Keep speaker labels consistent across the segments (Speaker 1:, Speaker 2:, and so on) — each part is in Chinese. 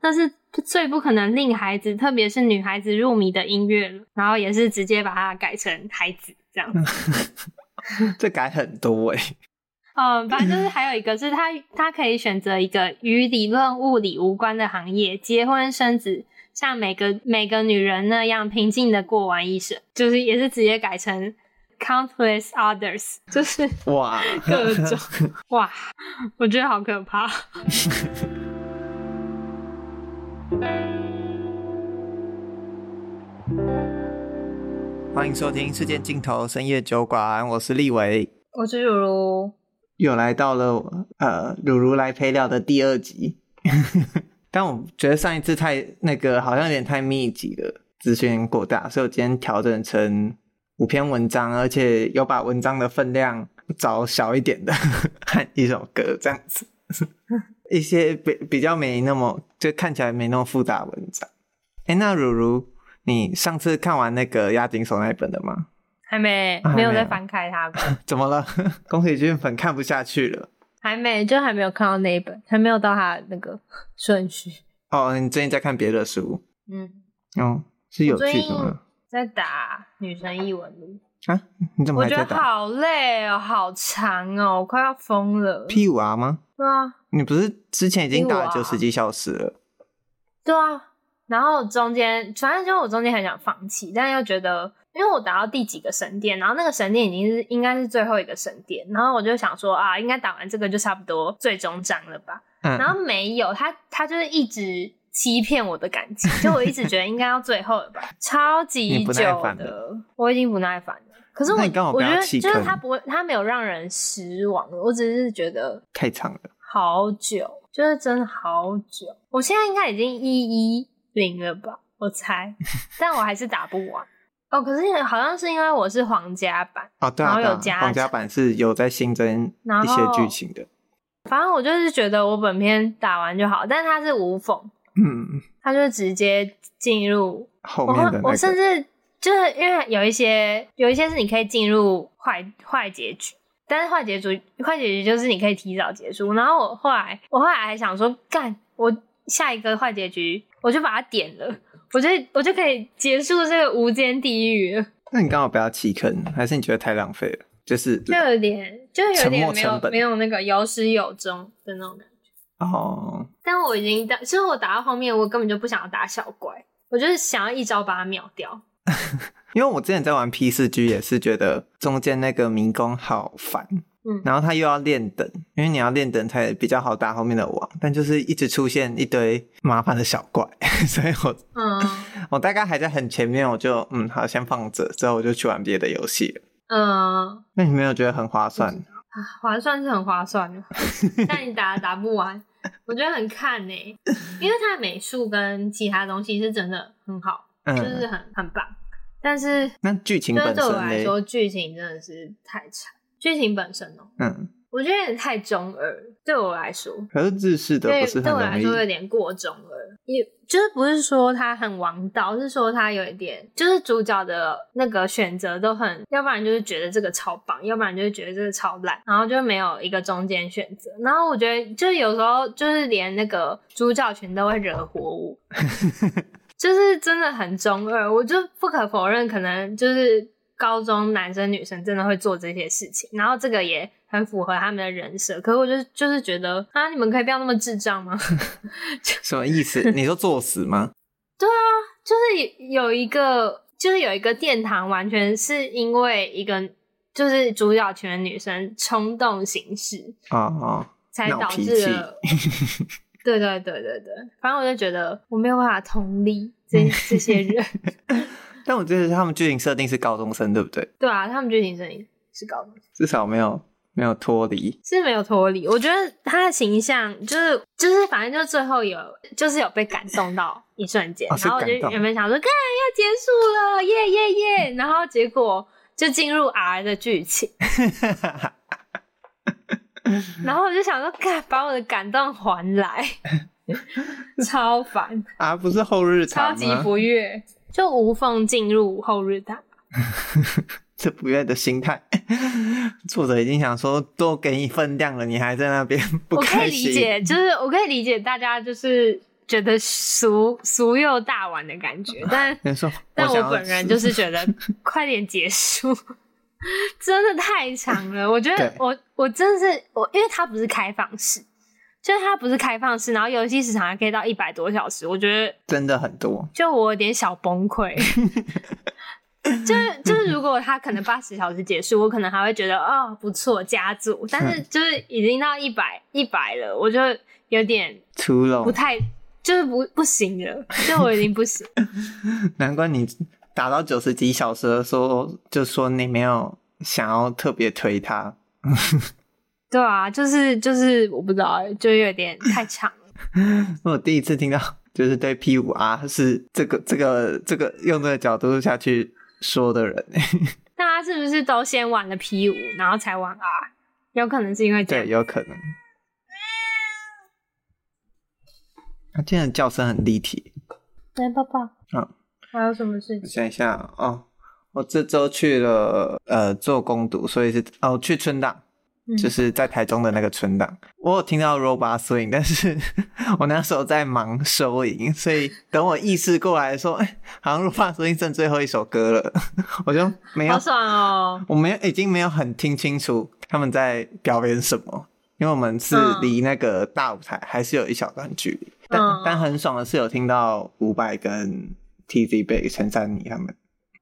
Speaker 1: 那是最不可能令孩子，特别是女孩子入迷的音乐了。然后也是直接把它改成孩子这样子。
Speaker 2: 这改很多
Speaker 1: 反正就是还有一个是他可以选择一个与理论物理无关的行业，结婚生子，像每个女人那样平静的过完一生，就是也是直接改成 countless others， 就是
Speaker 2: 哇
Speaker 1: 各种哇，我觉得好可怕。
Speaker 2: 欢迎收听事件尽头深夜酒馆，我是立伟，
Speaker 1: 我是如如，
Speaker 2: 又来到了如如来陪聊的第2集。但我觉得上一次太好像有点太密集了，资讯过大，所以我今天调整成5篇文章，而且有把文章的分量找小一点的和一首歌这样子。一些比较没那么就看起来没那么复杂的文章。那如如你上次看完那个押井守那一本的吗？
Speaker 1: 还没有再翻开它过。怎么了？
Speaker 2: 宫崎骏粉看不下去了。
Speaker 1: 还没有看到那一本，还没有到它的那个顺序。
Speaker 2: 哦，你最近在看别的书？是有趣的吗？
Speaker 1: 在打女神异闻录
Speaker 2: 啊？你怎么还在打？
Speaker 1: 我觉得好累哦，好长哦，我快要疯了。
Speaker 2: P5R 吗？
Speaker 1: 对啊。
Speaker 2: 你不是之前已经打了90几小时了？
Speaker 1: 对啊。然后中间，反正就我中间很想放弃，但又觉得，因为我打到第几个神殿，然后那个神殿应该是最后一个神殿，然后我就想说啊，应该打完这个就差不多最终章了吧。然后没有，他就是一直欺骗我的感情，就我一直觉得应该要最后了吧，超级久的，我已经不耐烦了。可是我觉得就是他没有让人失望，我只是觉得
Speaker 2: 太长了，
Speaker 1: 好久，就是真的好久。我现在应该已经110了吧，我猜，但我还是打不完。可是好像是因为我是皇家版
Speaker 2: 对啊，
Speaker 1: 然后有加
Speaker 2: 皇家版是有在新增一些剧情的。
Speaker 1: 反正我就是觉得我本片打完就好，但是它是无缝，它就直接进入
Speaker 2: 后面的
Speaker 1: 我甚至就是因为有一些是你可以进入坏结局，但是坏结局就是你可以提早结束。然后我后来还想说，我下一个坏结局我就把它点了，我就可以结束这个无间地狱了。
Speaker 2: 那你刚好不要弃坑，还是你觉得太浪费了？就有点
Speaker 1: 没有那个有始有终的那种感觉。但我已经其实我打到后面，我根本就不想要打小怪，我就是想要一招把它秒掉。
Speaker 2: 因为我之前在玩 P4G 也是觉得中间那个迷宫好烦。然后他又要练等，因为你要练等才比较好打后面的王，但就是一直出现一堆麻烦的小怪，所以我大概还在很前面，我就好先放着，之后我就去玩别的游戏了。那你没有觉得很划算？
Speaker 1: 划算是很划算的，但你打不完，我觉得很看因为它的美术跟其他东西是真的很好，就是很棒，但是
Speaker 2: 那剧情本身
Speaker 1: 对我来说剧情真的是太长。剧情本身我觉得有点太中二，对我来说。
Speaker 2: 可是日式的不是很容易，
Speaker 1: 对我来说有点过中二，也就是不是说他很王道，是说他有一点，就是主角的那个选择都很，要不然就是觉得这个超棒，要不然就是觉得这个超烂，然后就没有一个中间选择。然后我觉得就是有时候就是连那个主角群都会惹火我，就是真的很中二。我就不可否认，可能就是高中男生女生真的会做这些事情，然后这个也很符合他们的人设。可是我就是觉得你们可以不要那么智障吗？
Speaker 2: 什么意思？你说作死吗？
Speaker 1: 对啊，就是有一个殿堂，完全是因为一个就是主角群的女生冲动行事才导致了。对，反正我就觉得我没有办法同理这些人。
Speaker 2: 但我觉得他们剧情设定是高中生，对不对？
Speaker 1: 对啊，他们剧情设定是高中生，
Speaker 2: 至少没有脱离，
Speaker 1: 是没有脱离。我觉得他的形象就是反正就最后有被感动到一瞬间，然后我就原本想说，看要结束了，耶耶耶，然后结果就进入 R 的剧情，然后我就想说，把我的感动还来，超烦
Speaker 2: 啊！不是后日谈吗？
Speaker 1: 超级不悦。就无缝进入后日谈。
Speaker 2: 这不悦的心态，作者已经想说多给你分量了，你还在那边不开心。
Speaker 1: 我可以理解，大家就是觉得俗又大碗的感觉，但我本人就是觉得快点结束，真的太长了。我觉得我真的是因为它不是开放式，就是它不是开放式，然后游戏时长还可以到100多小时，我觉得
Speaker 2: 真的很多，
Speaker 1: 就我有点小崩溃。就是如果他可能80小时结束，我可能还会觉得不错加注，但是就是已经到100了，我就有点
Speaker 2: 出笼，
Speaker 1: 不太就是不行了，就我已经不行。
Speaker 2: 难怪你打到90几小时的时候，就说你没有想要特别推它。
Speaker 1: 对啊，就是我不知道，就有点太长了。
Speaker 2: 我第一次听到，就是对 P5R 是这个用这个角度下去说的人。
Speaker 1: 大家是不是都先玩了 P5 然后才玩 R？ 有可能是因为这样。
Speaker 2: 对，有可能。他今天的叫声很立体。
Speaker 1: 来抱抱。还有什么事情？
Speaker 2: 我想一下我这周去了做工读，所以是去春档。就是在台中的那个春档，我有听到 Robot Swing， 但是我那时候在忙收银，所以等我意识过来的时候，好像 Robot Swing 剩最后一首歌了，我就没有，
Speaker 1: 好爽哦！
Speaker 2: 我已经没有很听清楚他们在表演什么，因为我们是离那个大舞台还是有一小段距离，但很爽的是有听到伍佰跟 TZ Bac 陈珊妮他们。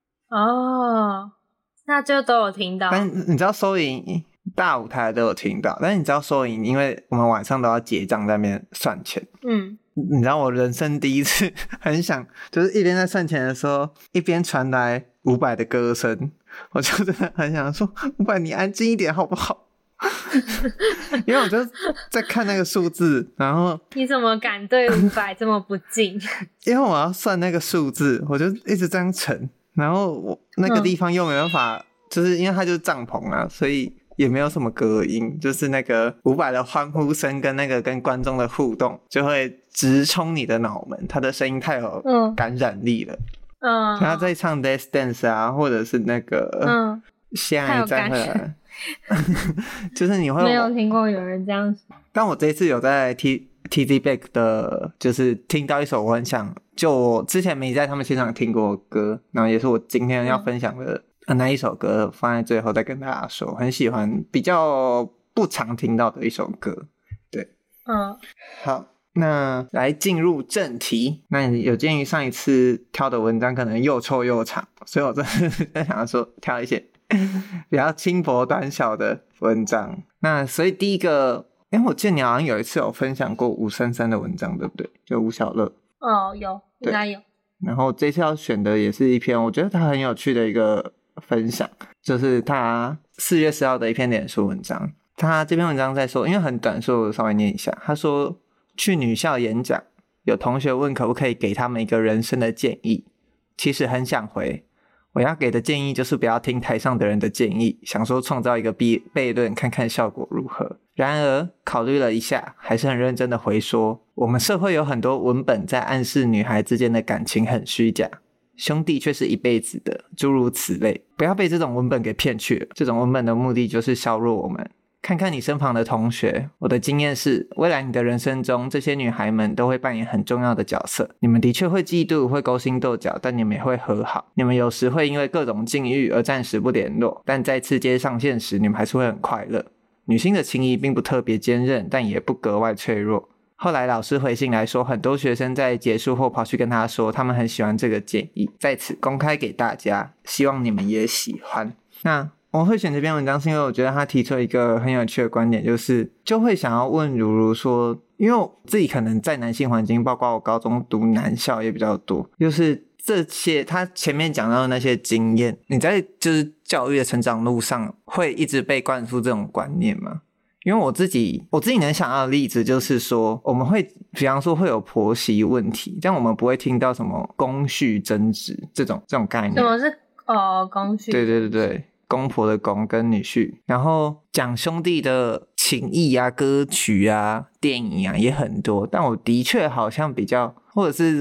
Speaker 1: 那就都有听到。
Speaker 2: 但你知道收银大舞台都有听到，但是你知道收银，因为我们晚上都要结账在那边算钱。你知道我人生第一次很想，就是一边在算钱的时候，一边传来伍佰的歌声，我就真的很想说，伍佰你安静一点好不好？因为我就在看那个数字，然后
Speaker 1: 你怎么敢对伍佰这么不敬？
Speaker 2: 因为我要算那个数字，我就一直这样乘，然后我那个地方又没办法，就是因为它就是帐篷啊，所以也没有什么隔音，就是那个伍佰的欢呼声跟那个跟观众的互动就会直冲你的脑门，他的声音太有感染力了。他在唱 Let's Dance 啊，或者是那个现在再回来，就是你会
Speaker 1: 没有听过有人这样说。
Speaker 2: 但我这一次有在 TZ Bac 的，就是听到一首我很想，就我之前没在他们现场听过的歌，然后也是我今天要分享的那一首歌，放在最后再跟大家说，很喜欢，比较不常听到的一首歌。对，好，那来进入正题。那有鉴于上一次挑的文章可能又臭又长，所以我真的在想说挑一些比较轻薄短小的文章。那所以第一个，我记得你好像有一次有分享过吴珊珊的文章，对不对？就吴小乐。
Speaker 1: 有，应该有。
Speaker 2: 然后这次要选的也是一篇我觉得他很有趣的一个分享，就是他4月10号的一篇脸书文章。他这篇文章在说，因为很短，所以我稍微念一下。他说，去女校演讲，有同学问可不可以给他们一个人生的建议，其实很想回，我要给的建议就是不要听台上的人的建议，想说创造一个悖论，看看效果如何。然而考虑了一下，还是很认真的回说，我们社会有很多文本在暗示女孩之间的感情很虚假，兄弟却是一辈子的，诸如此类。不要被这种文本给骗去了，这种文本的目的就是削弱我们。看看你身旁的同学，我的经验是，未来你的人生中，这些女孩们都会扮演很重要的角色。你们的确会嫉妒，会勾心斗角，但你们也会和好。你们有时会因为各种境遇而暂时不联络，但再次接上线时，你们还是会很快乐。女性的情谊并不特别坚韧，但也不格外脆弱。后来老师回信来说，很多学生在结束后跑去跟他说，他们很喜欢这个建议，在此公开给大家，希望你们也喜欢。那我会选这篇文章是因为我觉得他提出一个很有趣的观点，就会想要问如如说，因为我自己可能在男性环境，包括我高中读男校也比较多，就是这些他前面讲到的那些经验，你在就是教育的成长路上会一直被灌输这种观念吗？因为我自己能想到的例子就是说，我们会比方说会有婆媳问题，但我们不会听到什么公序争执这种概念。
Speaker 1: 什么是公序？
Speaker 2: 对，公婆的公跟女婿，然后讲兄弟的情谊啊、歌曲啊、电影啊也很多，但我的确好像比较，或者是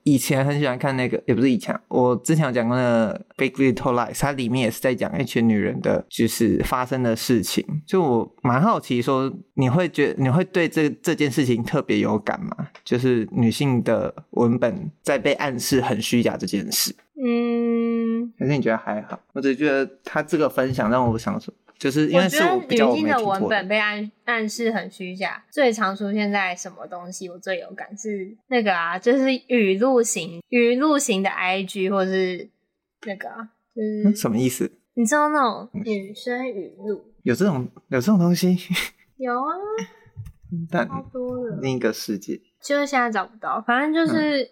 Speaker 2: 以前很喜欢看那个，也不是以前，我之前有讲过那个 Big Little Lies， 它里面也是在讲一群女人的就是发生的事情，就我蛮好奇说你会对这件事情特别有感吗？就是女性的文本在被暗示很虚假这件事。可是你觉得还好？我只觉得他这个分享让我想说，就是因为是我比较
Speaker 1: 女性的文本被暗示很虚假，最常出现在什么东西？我最有感是那个啊，就是语录型的 IG 或是那个啊，就是
Speaker 2: 什么意思？
Speaker 1: 你知道那种女生语录
Speaker 2: 有这种东西？
Speaker 1: 有啊，
Speaker 2: 但
Speaker 1: 超多的，
Speaker 2: 另一个世界，
Speaker 1: 就是现在找不到，反正就是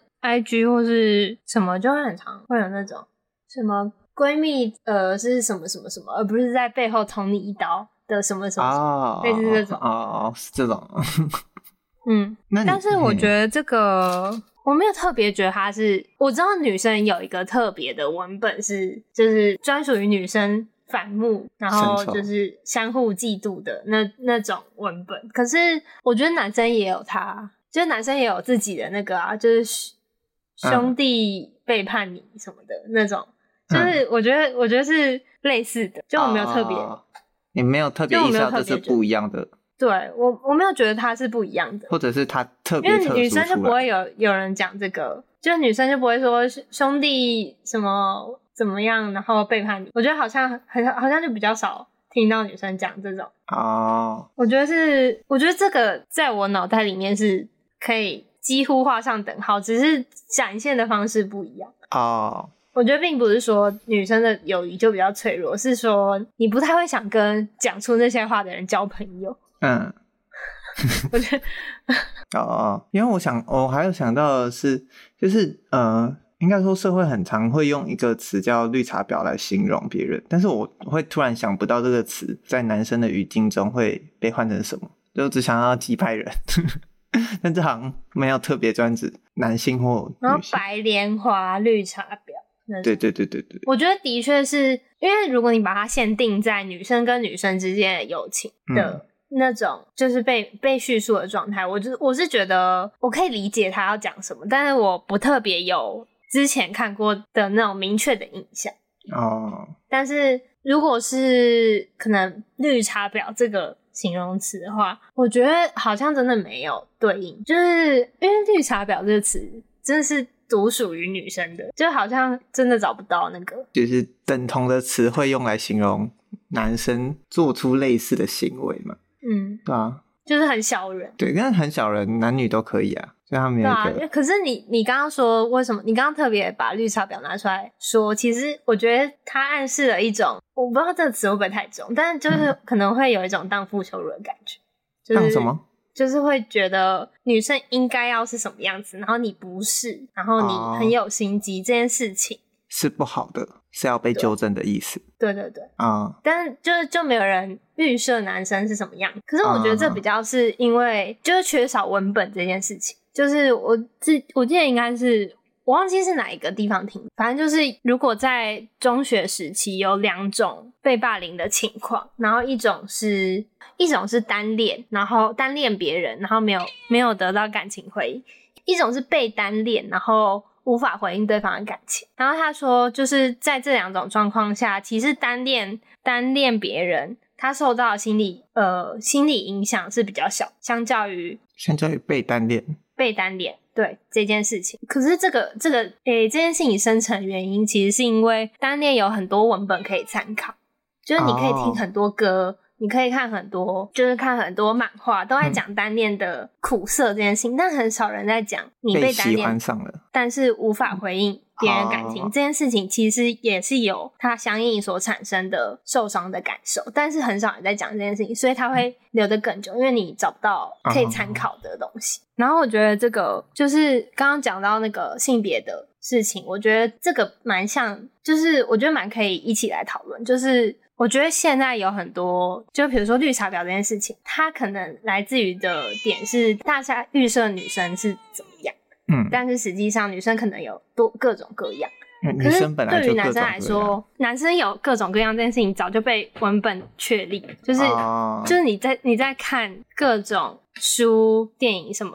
Speaker 1: IG 或是什么就会很常会有那种什么闺蜜是什么什么什么，而不是在背后捅你一刀的什么什么，类似这种
Speaker 2: 是这种。
Speaker 1: 但是我觉得这个我没有特别觉得它是，我知道女生有一个特别的文本是就是专属于女生反目，然后就是相互嫉妒的那种文本，可是我觉得男生也有他，就是男生也有自己的那个啊，就是兄弟背叛你什么的那种，就是我觉得是类似的，就我没有特别，
Speaker 2: 你没有特别意识到这是不一样的。对，
Speaker 1: 我没有觉得它是不一样的，
Speaker 2: 或者是它特别特殊出来，
Speaker 1: 因为女生就不会有人讲这个，就女生就不会说兄弟什么怎么样，然后背叛你。我觉得好像就比较少听到女生讲这种。我觉得这个在我脑袋里面是可以几乎画上等号，只是展现的方式不一样。我觉得并不是说女生的友谊就比较脆弱，是说你不太会想跟讲出那些话的人交朋友。我觉得
Speaker 2: 因为我还有想到的是，就是应该说社会很常会用一个词叫绿茶婊来形容别人，但是我会突然想不到这个词在男生的语境中会被换成什么，就只想要击败人但这好像没有特别专指男性或女性。
Speaker 1: 然后白莲花绿茶婊，
Speaker 2: 对，
Speaker 1: 我觉得的确是因为如果你把它限定在女生跟女生之间的友情的那种就是被叙述的状态，我是觉得我可以理解他要讲什么，但是我不特别有之前看过的那种明确的印象。但是如果是可能绿茶婊这个形容词的话，我觉得好像真的没有对应，就是因为绿茶婊这个词真的是独属于女生的，就好像真的找不到那个
Speaker 2: 就是等同的词汇用来形容男生做出类似的行为嘛。对啊，
Speaker 1: 就是很小人。对，
Speaker 2: 但是很小人男女都可以啊，所以他没有一个。
Speaker 1: 可是你刚刚说为什么？你刚刚特别把绿茶婊拿出来说，其实我觉得它暗示了一种，我不知道这个词会不会太重，但是就是可能会有一种荡妇羞辱的感觉。
Speaker 2: 荡什么？
Speaker 1: 就是会觉得女生应该要是什么样子，然后你不是，然后你很有心机，这件事情
Speaker 2: 是不好的，是要被纠正的意思。
Speaker 1: 对但是就没有人预设男生是什么样，可是我觉得这比较是因为就是缺少文本这件事情。就是我记得应该是我忘记是哪一个地方听，反正就是如果在中学时期有2种被霸凌的情况，然后一种是单恋，然后单恋别人，然后没有得到感情回应；一种是被单恋，然后无法回应对方的感情。然后他说就是在这2种状况下，其实单恋别人他受到的心理影响是比较小，相较于
Speaker 2: 被单
Speaker 1: 恋对这件事情。可是这件事情生成原因其实是因为单恋有很多文本可以参考，就是你可以听很多歌，你可以看很多漫画，都在讲单恋的苦涩这件事情，但很少人在讲你被单恋
Speaker 2: 喜欢上了，
Speaker 1: 但是无法回应别人感情这件事情，其实也是有它相应所产生的受伤的感受，但是很少人在讲这件事情，所以它会留得更久，因为你找不到可以参考的东西。然后我觉得这个就是刚刚讲到那个性别的事情，我觉得这个蛮像，就是我觉得蛮可以一起来讨论。就是我觉得现在有很多，就比如说绿茶婊这件事情，它可能来自于的点是大家预设女生是怎么样，但是实际上女生可能有各种各样。
Speaker 2: 女生本来就各种各样，可是对于
Speaker 1: 男生来说，男生有各种各样这件事情早就被文本确立，就是你在看各种书、电影什么的，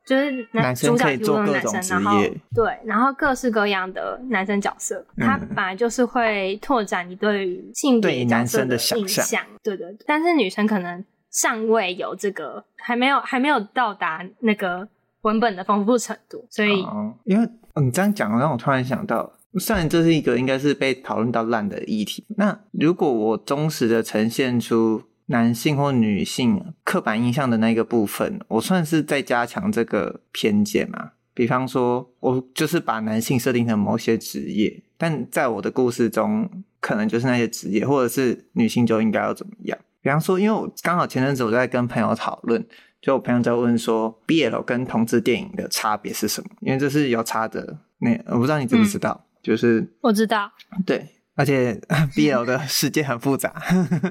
Speaker 1: 就是
Speaker 2: 男生可以做各种职业，
Speaker 1: 对，然后各式各样的男生角色，他本来就是会拓展你对于性别角色的印象，对对对，但是女生可能尚未有这个，还没有到达那个文本的丰富程度，所以
Speaker 2: 因为你这样讲让我突然想到，虽然这是一个应该是被讨论到烂的议题，那如果我忠实的呈现出男性或女性刻板印象的那个部分，我算是在加强这个偏见嘛？比方说我就是把男性设定成某些职业，但在我的故事中可能就是那些职业，或者是女性就应该要怎么样。比方说因为我刚好前阵子我在跟朋友讨论，就我朋友在问说 BL 跟同志电影的差别是什么，因为这是有差的，我不知道你知不知道，就是
Speaker 1: 我知道，
Speaker 2: 对，而且 BL 的世界很复杂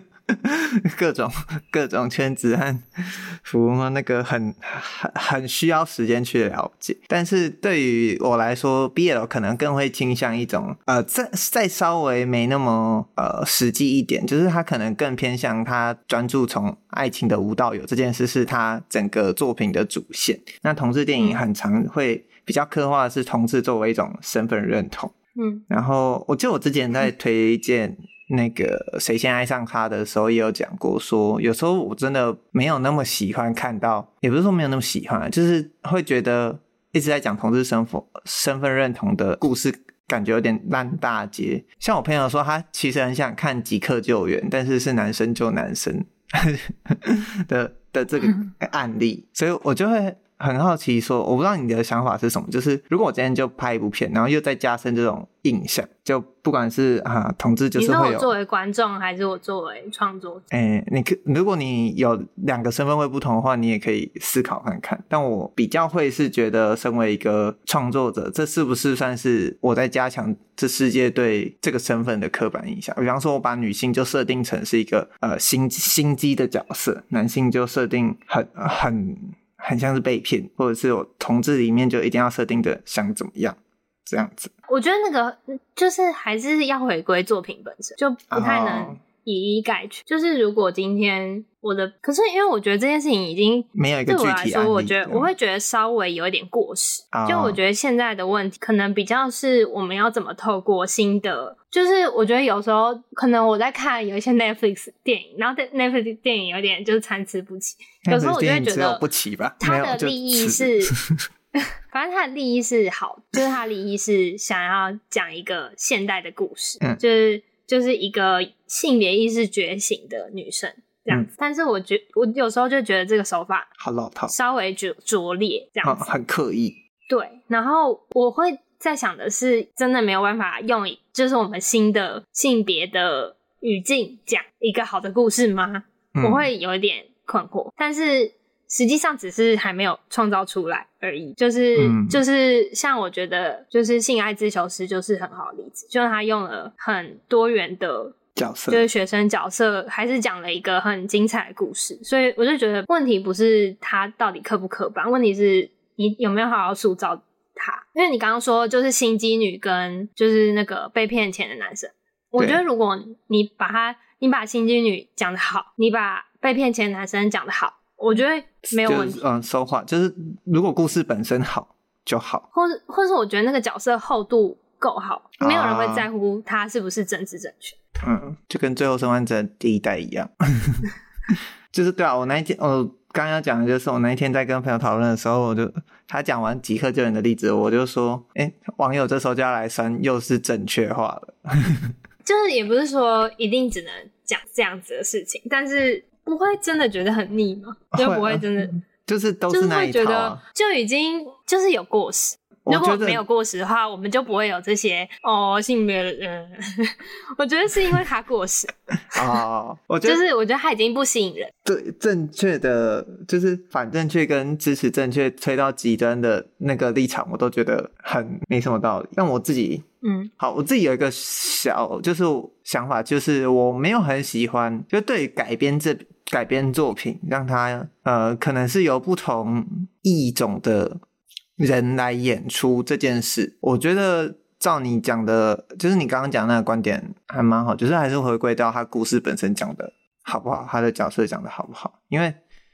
Speaker 2: 各种圈子和服务那个很需要时间去了解，但是对于我来说 BL 可能更会倾向一种再稍微没那么实际一点，就是他可能更偏向他专注从爱情的无到有这件事是他整个作品的主线。那同志电影很常会比较刻画的是同志作为一种身份认同，然后我记得我之前在推荐那个谁先爱上他的时候也有讲过说，有时候我真的没有那么喜欢看到，也不是说没有那么喜欢，就是会觉得一直在讲同志身份认同的故事感觉有点烂大街。像我朋友说他其实很想看即刻救援，但是是男生救男生的这个案例，所以我就会很好奇说，我不知道你的想法是什么，就是如果我今天就拍一部片，然后又再加深这种印象，就不管是同志就是会有，
Speaker 1: 你说我作为观众还是我作为创作者？
Speaker 2: 如果你有两个身份会不同的话，你也可以思考看看。但我比较会是觉得身为一个创作者，这是不是算是我在加强这世界对这个身份的刻板印象？比方说我把女性就设定成是一个心机的角色，男性就设定很像是被骗，或者是我同志里面就一定要设定的想怎么样这样子。
Speaker 1: 我觉得那个就是还是要回归作品本身，就不太能以一概全。就是如果今天可是因为我觉得这件事情已经
Speaker 2: 没有一个具体案例，
Speaker 1: 对我来说我会觉得稍微有一点过时。就我觉得现在的问题可能比较是我们要怎么透过新的，就是我觉得有时候可能我在看有一些 Netflix 电影，然后 Netflix 电影有点就是参差不齐，有时候我就会觉得
Speaker 2: 不齐吧，
Speaker 1: 它的利益是反正它的利益是好，就是它的利益是想要讲一个现代的故事，就是一个性别意识觉醒的女生这样子。但是我有时候就觉得这个手法
Speaker 2: 好老套，
Speaker 1: 稍微拙劣这样子，
Speaker 2: 很刻意。
Speaker 1: 对，然后我会在想的是，真的没有办法用就是我们新的性别的语境讲一个好的故事吗？我会有一点困惑，但是实际上只是还没有创造出来而已。就是像我觉得就是性爱自修室就是很好的例子，就是他用了很多元的
Speaker 2: 角色，
Speaker 1: 就是学生角色，还是讲了一个很精彩的故事。所以我就觉得问题不是他到底刻不刻板，问题是你有没有好好塑造他。因为你刚刚说就是心机女跟就是那个被骗钱的男生，我觉得如果你把心机女讲得好，你把被骗钱的男生讲得好，我觉得没有问题。
Speaker 2: 收话就是如果故事本身好就好，
Speaker 1: 或是我觉得那个角色厚度够好，没有人会在乎他是不是政治正确。
Speaker 2: 就跟最后生还者第一代一样。就是对啊，我那一天我刚刚讲的就是我那一天在跟朋友讨论的时候，他讲完即刻救人的例子，我就说网友这时候就要来酸又是正确化了。
Speaker 1: 就是也不是说一定只能讲这样子的事情，但是不会真的觉得很腻吗？就不会真的
Speaker 2: 就是都是那一套
Speaker 1: 就是会觉得就已经就是有过时。如果没有过时的话，我们就不会有这些性别我觉得是因为它过时。我觉得它已经不吸引人。
Speaker 2: 对，正确的就是反正确跟支持正确推到极端的那个立场，我都觉得很没什么道理。但我自己好，我自己有一个就是想法，就是我没有很喜欢就对改编作品让它可能是由不同异种的人来演出这件事，我觉得照你讲的，就是你刚刚讲的那个观点还蛮好，就是还是回归到他故事本身讲的好不好，他的角色讲的好不好。因为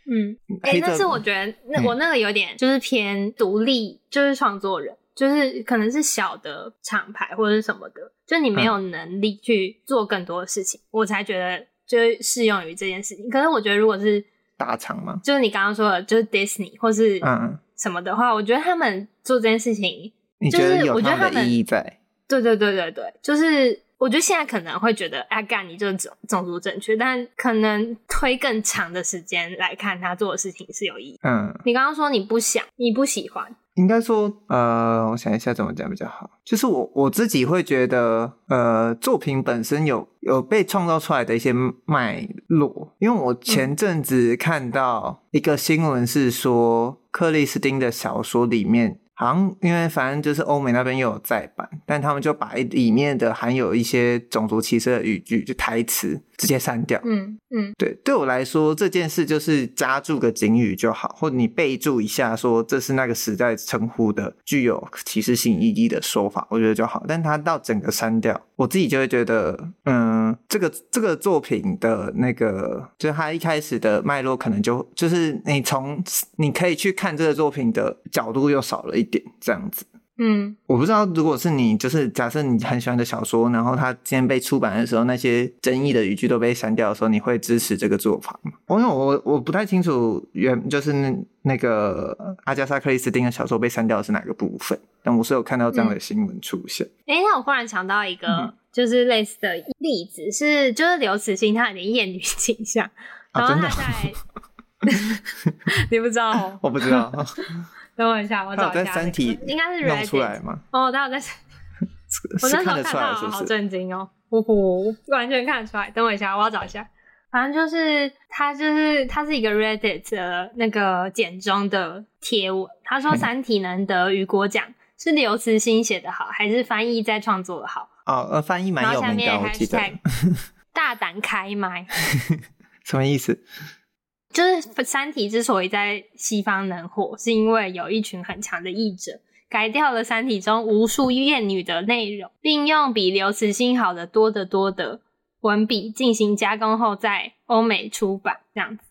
Speaker 1: 但是我觉得我那个有点就是偏独立，就是创作人，就是可能是小的厂牌或者是什么的，就你没有能力去做更多的事情，我才觉得就是适用于这件事情。可是我觉得如果是
Speaker 2: 大厂嘛，
Speaker 1: 就是你刚刚说的，就是 Disney 或是什么的话，我觉得他们做这件事情，
Speaker 2: 你觉得有他们的意义在？
Speaker 1: 对，就是我觉得现在可能会觉得干你就是种族正确，但可能推更长的时间来看他做的事情是有意义。你刚刚说你不想你不喜欢，
Speaker 2: 应该说我想一下怎么讲比较好，就是我自己会觉得作品本身有被创造出来的一些脉络，因为我前阵子看到一个新闻是说克里斯汀的小说里面好像因为反正就是欧美那边又有再版，但他们就把里面的含有一些种族歧视的语句就台词直接删掉。对我来说这件事就是加注个警语就好，或者你备注一下说这是那个时代称呼的具有歧视性意义的说法，我觉得就好。但他到整个删掉，我自己就会觉得这个作品的那个就是他一开始的脉络可能就是你可以去看这个作品的角度又少了一点这样子。我不知道如果是你就是假设你很喜欢的小说，然后他今天被出版的时候那些争议的语句都被删掉的时候，你会支持这个做法吗？因为我不太清楚就是那个阿加莎克里斯汀的小说被删掉的是哪个部分，但我是有看到这样的新闻出现。
Speaker 1: 那我忽然想到一个就是类似的例子，是就是刘慈欣他有点厌女倾向，然后他在你不知道哦？我
Speaker 2: 不知道。
Speaker 1: 等我一下，我找一下。
Speaker 2: 他有在三体
Speaker 1: 应该是
Speaker 2: 弄出来吗？
Speaker 1: 他有在。我那时候看到好震惊哦，完全看得出来。等我一下，我要找一下。反正就是他是一个 Reddit 的那个简中的贴文，他说《三体》能得雨果奖是刘慈欣写的好，还是翻译再创作的好？
Speaker 2: 翻译蛮有名的，我记得。
Speaker 1: 大胆开麦，
Speaker 2: 什么意思？
Speaker 1: 就是《三体》之所以在西方能火，是因为有一群很强的译者改掉了《三体》中无数厌女的内容，并用比刘慈欣好的多得多的文笔进行加工后，在欧美出版这样子。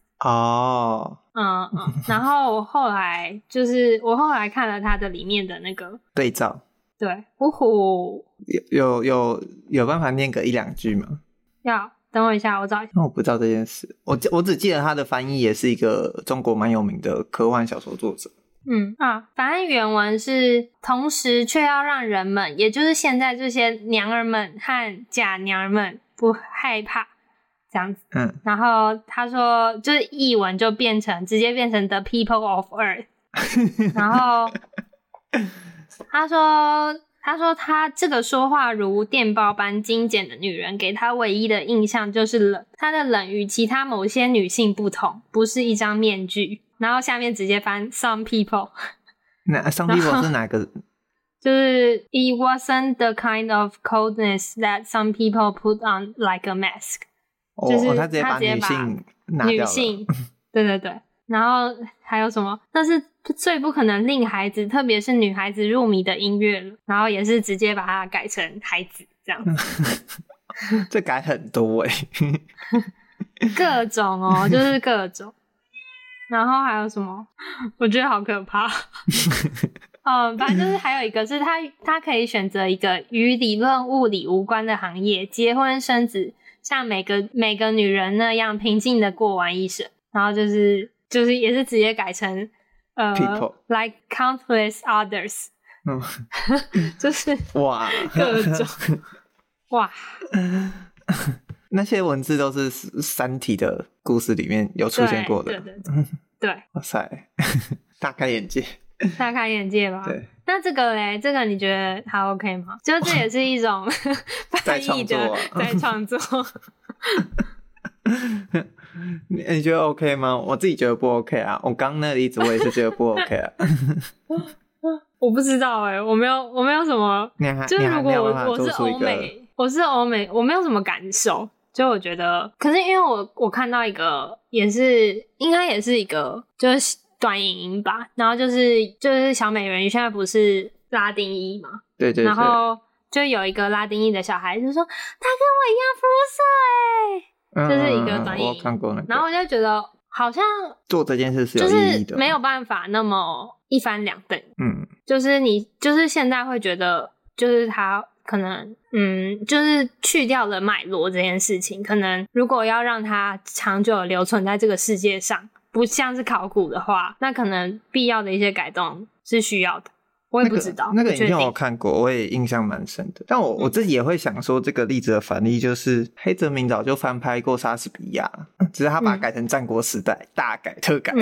Speaker 1: 然后我后来看了他的里面的那个
Speaker 2: 对照，
Speaker 1: 对，
Speaker 2: 有办法念个一两句吗？
Speaker 1: 要。等我一下，我找一下。
Speaker 2: 我不知道这件事，我只记得他的翻译也是一个中国蛮有名的科幻小说作者。
Speaker 1: 反正原文是同时却要让人们，也就是现在这些娘儿们和假娘儿们不害怕这样子。然后他说就是译文就直接变成 The People of Earth 然后他说他这个说话如电报般精简的女人给他唯一的印象就是冷，她的冷与其他某些女性不同，不是一张面具。然后下面直接翻 some people。
Speaker 2: 那 some people 是哪个？
Speaker 1: 就是 it wasn't the kind of coldness that some people put on like a mask。就是
Speaker 2: 他直接把女性拿掉了。女性，
Speaker 1: 对。然后还有什么？那是最不可能令孩子，特别是女孩子入迷的音乐了。然后也是直接把它改成孩子这样子。
Speaker 2: 这改很多
Speaker 1: 各种就是各种。然后还有什么？我觉得好可怕。反正就是还有一个是他可以选择一个与理论物理无关的行业，结婚生子，像每个女人那样平静的过完一生。然后就是也是直接改成
Speaker 2: people
Speaker 1: like countless others。就是
Speaker 2: 哇
Speaker 1: 各种哇。
Speaker 2: 那些文字都是三体的故事里面有出现过的。
Speaker 1: 对。
Speaker 2: 哇塞，大开眼界。
Speaker 1: 大开眼界吧。对。那这个嘞，这个你觉得还 OK 吗？就这也是一种翻译的在创作。
Speaker 2: 你觉得 OK 吗？我自己觉得不 OK 啊。我刚那个例子我也是觉得不 OK 啊。
Speaker 1: 我不知道我没有什么，就是如果我是欧美，我没有什么感受。就我觉得，可是因为我看到一个应该也是一个就是短影音吧，然后就是小美人鱼现在不是拉丁裔嘛？
Speaker 2: 对。
Speaker 1: 然后就有一个拉丁裔的小孩就说他跟我一样肤色就是一个短影音。
Speaker 2: 我看过那个。
Speaker 1: 然后我就觉得好像
Speaker 2: 做这件事是有
Speaker 1: 就
Speaker 2: 意义的，
Speaker 1: 是没有办法那么一翻两瞪。
Speaker 2: 就是
Speaker 1: 你就是现在会觉得，就是他可能就是去掉了脉络这件事情，可能如果要让它长久留存在这个世界上，不像是考古的话，那可能必要的一些改动是需要的。我也不知道
Speaker 2: 那个影片我看过，我也印象蛮深的。但我自己也会想说，这个例子的反例就是黑泽明早就翻拍过莎士比亚，只是他把它改成战国时代，大改特改。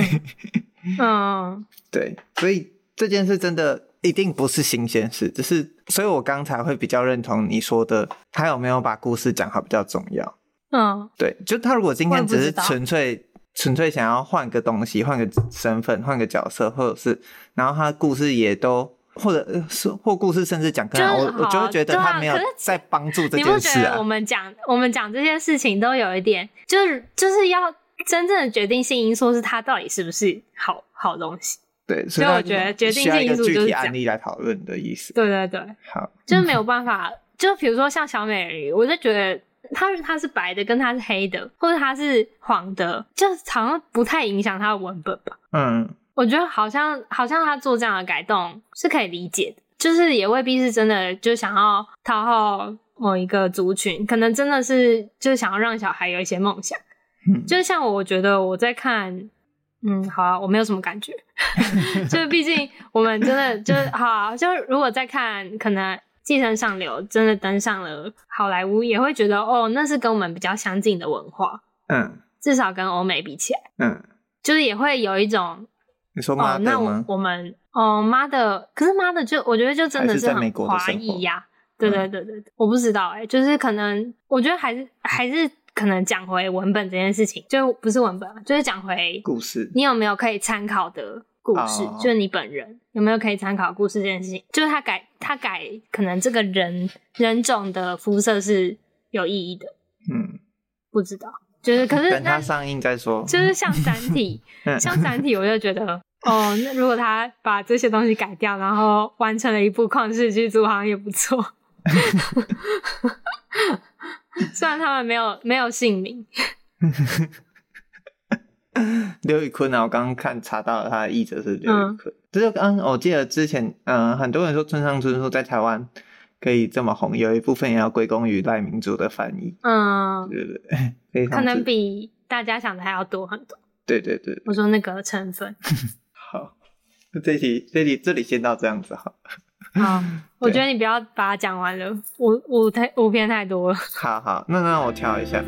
Speaker 2: 对，所以这件事真的一定不是新鲜事，只是所以我刚才会比较认同你说的，他有没有把故事讲好比较重要。对，就他如果今天只是纯粹想要换个东西，换个身份，换个角色，或者是然后他故事也都或故事甚至讲更好，我就会觉得他没有在帮助这件事啊。
Speaker 1: 你不觉得我们讲这些事情都有一点，就是要真正的决定性因素是它到底是不是好东西。
Speaker 2: 对，所以
Speaker 1: 我觉得决定性因素就是
Speaker 2: 需要一个具体案例来讨论的意思。
Speaker 1: 对对对，
Speaker 2: 好，
Speaker 1: 就是没有办法，就比如说像小美人鱼，我就觉得它是白的跟它是黑的，或者它是黄的，就好像不太影响它的文本吧。我觉得好像他做这样的改动是可以理解的，就是也未必是真的就想要讨好某一个族群，可能真的是就是想要让小孩有一些梦想。就是像我觉得我在看好啊，我没有什么感觉就是毕竟我们真的就是好啊，就如果在看可能寄生上流真的登上了好莱坞，也会觉得那是跟我们比较相近的文化，至少跟欧美比起来，就是也会有一种
Speaker 2: 你说妈的吗？
Speaker 1: 那我们妈的，可是妈的就我觉得就真的是很华裔呀。对，我不知道就是可能我觉得还是可能讲回文本这件事情，就不是文本，就是讲回
Speaker 2: 故事，
Speaker 1: 你有没有可以参考的故事，就是你本人有没有可以参考故事这件事情，就是他改可能这个人种的肤色是有意义的。不知道，就是可是
Speaker 2: 等他上映再说。
Speaker 1: 就是像三体像三体我就觉得那如果他把这些东西改掉，然后完成了一部旷世巨作好像也不错虽然他们没有姓名
Speaker 2: 刘宇昆啊，我刚刚查到了他的译者是刘宇昆。这就我记得之前很多人说村上春树在台湾可以这么红，有一部分也要归功于赖明珠的翻译。对，
Speaker 1: 可能比大家想的还要多很多。
Speaker 2: 对，
Speaker 1: 我说那个成分
Speaker 2: 好，这里先到这样子好。
Speaker 1: 好，我觉得你不要把它讲完了，五篇太多了。
Speaker 2: 好，那我挑一下。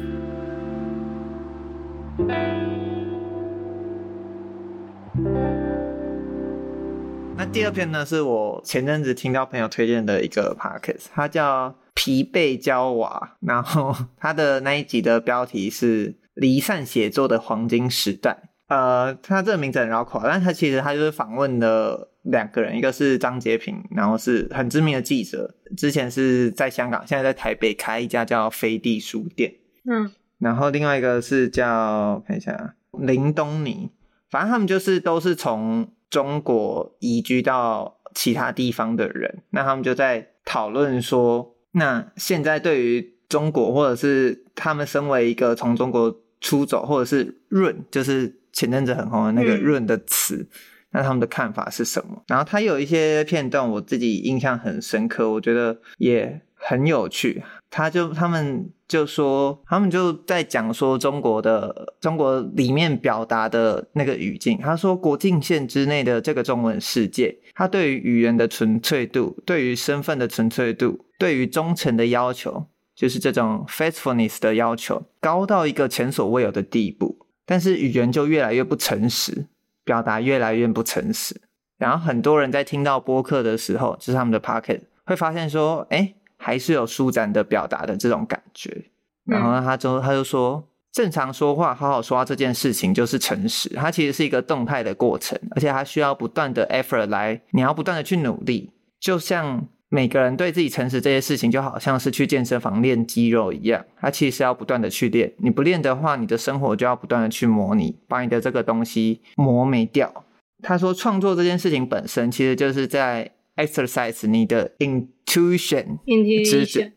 Speaker 2: 那第二篇呢，是我前阵子听到朋友推荐的一个 podcast， 它叫疲惫娇娃，然后它的那一集的标题是离散写作的黄金时代。他这个名字很绕口，但他其实就是访问了2个人，一个是张洁平，然后是很知名的记者，之前是在香港，现在在台北开一家叫飞地书店。然后另外一个是叫看一下林东尼，反正他们就是都是从中国移居到其他地方的人，那他们就在讨论说，那现在对于中国，或者是他们身为一个从中国出走，或者是润，就是前阵子很红的那个润的词，那他们的看法是什么。然后他有一些片段我自己印象很深刻，我觉得也很有趣。他们就在讲说中国里面表达的那个语境。他说国境线之内的这个中文世界，它对于语言的纯粹度，对于身份的纯粹度，对于忠诚的要求，就是这种 faithfulness 的要求，高到一个前所未有的地步。但是语言就越来越不诚实，表达越来越不诚实。然后很多人在听到播客的时候，就是他们的 podcast， 会发现说还是有舒展的表达的这种感觉。然后他就说，正常说话好好说话这件事情就是诚实，它其实是一个动态的过程，而且它需要不断的 effort 你要不断的去努力。就像每个人对自己诚实这些事情，就好像是去健身房练肌肉一样，它其实要不断的去练。你不练的话，你的生活就要不断的去模拟，把你的这个东西磨没掉。他说创作这件事情本身其实就是在 exercise 你的 intuition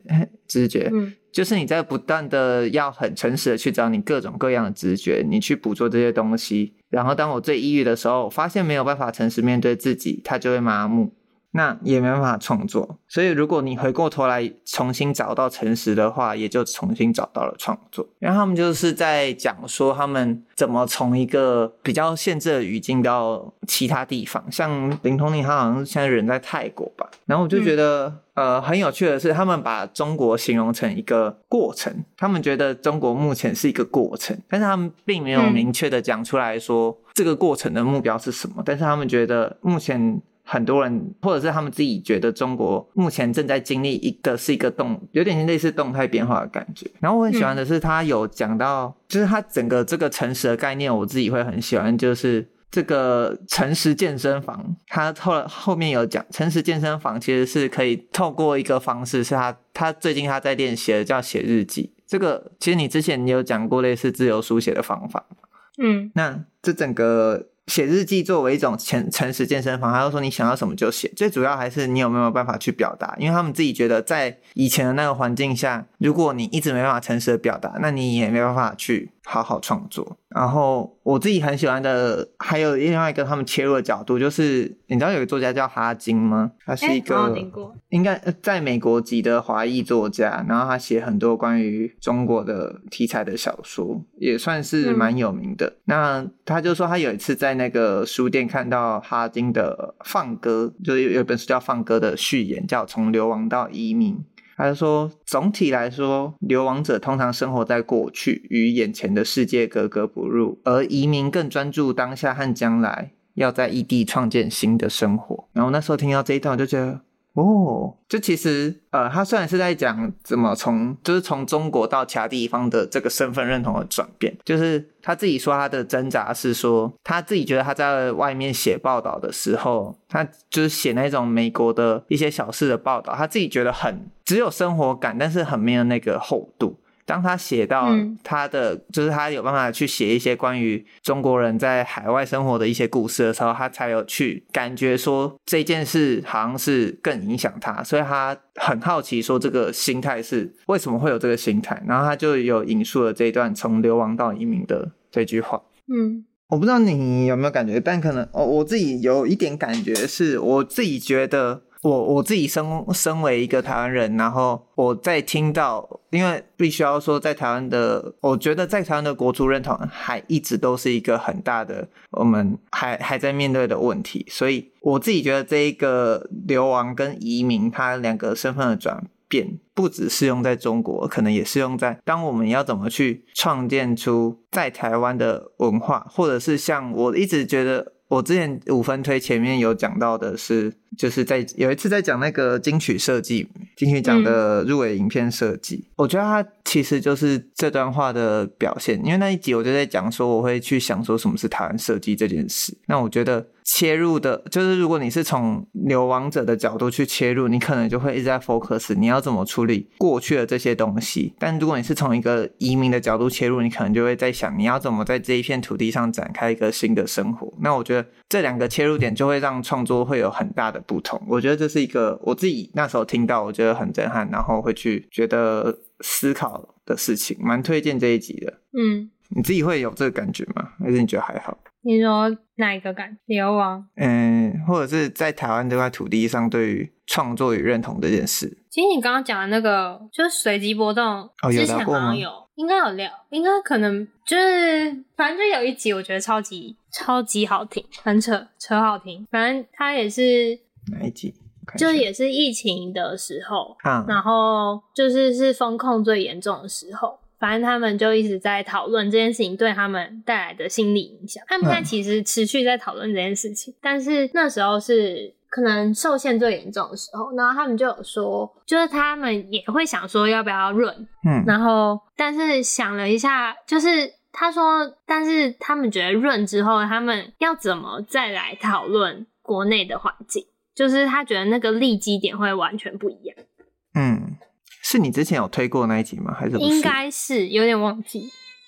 Speaker 2: 直觉，就是你在不断的要很诚实的去找你各种各样的直觉，你去捕捉这些东西。然后当我最抑郁的时候，我发现没有办法诚实面对自己，它就会麻木，那也没办法创作。所以如果你回过头来重新找到诚实的话，也就重新找到了创作。然后他们就是在讲说他们怎么从一个比较限制的语境到其他地方，像林通宁他好像现在人在泰国吧，然后我就觉得很有趣的是他们把中国形容成一个过程，他们觉得中国目前是一个过程，但是他们并没有明确的讲出来说这个过程的目标是什么，但是他们觉得目前很多人或者是他们自己觉得中国目前正在经历是一个有点类似动态变化的感觉。然后我很喜欢的是他有讲到就是他整个这个诚实的概念，我自己会很喜欢，就是这个诚实健身房，他后面有讲诚实健身房其实是可以透过一个方式，是他最近他在练习的叫写日记。这个其实你之前有讲过类似自由书写的方法，那这整个写日记作为一种诚实健身房，他就说你想要什么就写，最主要还是你有没有办法去表达。因为他们自己觉得在以前的那个环境下，如果你一直没办法诚实的表达，那你也没办法去好好创作。然后我自己很喜欢的还有另外一个他们切入的角度，就是你知道有个作家叫哈金吗？他是一个应该在美国籍的华裔作家，然后他写很多关于中国的题材的小说，也算是蛮有名的。那他就说他有一次在那个书店看到哈金的放歌，就是有一本书叫放歌的序言，叫从流亡到移民。他就说总体来说，流亡者通常生活在过去，与眼前的世界格格不入，而移民更专注当下和将来，要在异地创建新的生活。然后那时候听到这一段我就觉得就其实他虽然是在讲怎么从中国到其他地方的这个身份认同的转变，就是他自己说他的挣扎是说他自己觉得他在外面写报道的时候，他就是写那种美国的一些小事的报道，他自己觉得很只有生活感，但是很没有那个厚度。当他写到他的就是他有办法去写一些关于中国人在海外生活的一些故事的时候，他才有去感觉说这件事好像是更影响他，所以他很好奇说这个心态是为什么会有这个心态，然后他就有引述了这一段从流亡到移民的这句话。我不知道你有没有感觉，但可能我自己有一点感觉是我自己觉得我自己身为一个台湾人，然后我在听到，因为必须要说在台湾的，我觉得在台湾的国族认同还一直都是一个很大的我们还在面对的问题，所以我自己觉得这一个流亡跟移民它两个身份的转变不只适用在中国，可能也适用在当我们要怎么去创建出在台湾的文化，或者是像我一直觉得我之前5分推前面有讲到的是，就是有一次在讲那个金曲设计，金曲奖的入围影片设计，我觉得它其实就是这段话的表现。因为那一集我就在讲说我会去想说什么是台湾设计这件事，那我觉得切入的就是如果你是从流亡者的角度去切入，你可能就会一直在 focus 你要怎么处理过去的这些东西，但如果你是从一个移民的角度切入，你可能就会在想你要怎么在这一片土地上展开一个新的生活。那我觉得这两个切入点就会让创作会有很大的不同。我觉得这是一个我自己那时候听到我觉得很震撼，然后会去觉得思考的事情，蛮推荐这一集的。你自己会有这个感觉吗？还是你觉得还好？
Speaker 1: 你说哪一个感觉？流亡？
Speaker 2: 或者是在台湾这块土地上对于创作与认同这件事。
Speaker 1: 其实你刚刚讲的那个就是随机波动，之前好像有应该有聊，应该可能就是反正就有一集我觉得超级好听，很扯好听。反正它也是
Speaker 2: 哪一集？
Speaker 1: 就是也是疫情的时候，然后就是封控最严重的时候，反正他们就一直在讨论这件事情对他们带来的心理影响。他们现在其实持续在讨论这件事情，但是那时候是可能受限最严重的时候，然后他们就有说，就是他们也会想说要不要润，然后但是想了一下，就是他说，但是他们觉得润之后，他们要怎么再来讨论国内的环境，就是他觉得那个立基点会完全不一样。
Speaker 2: 是你之前有推过那一集吗？还是不是？
Speaker 1: 应该是，有点忘记。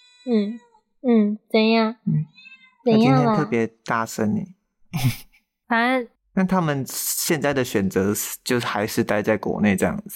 Speaker 1: 怎样？怎样啦？他今
Speaker 2: 天特别大声耶。
Speaker 1: 反正，
Speaker 2: 那他们现在的选择就是还是待在国内这样子。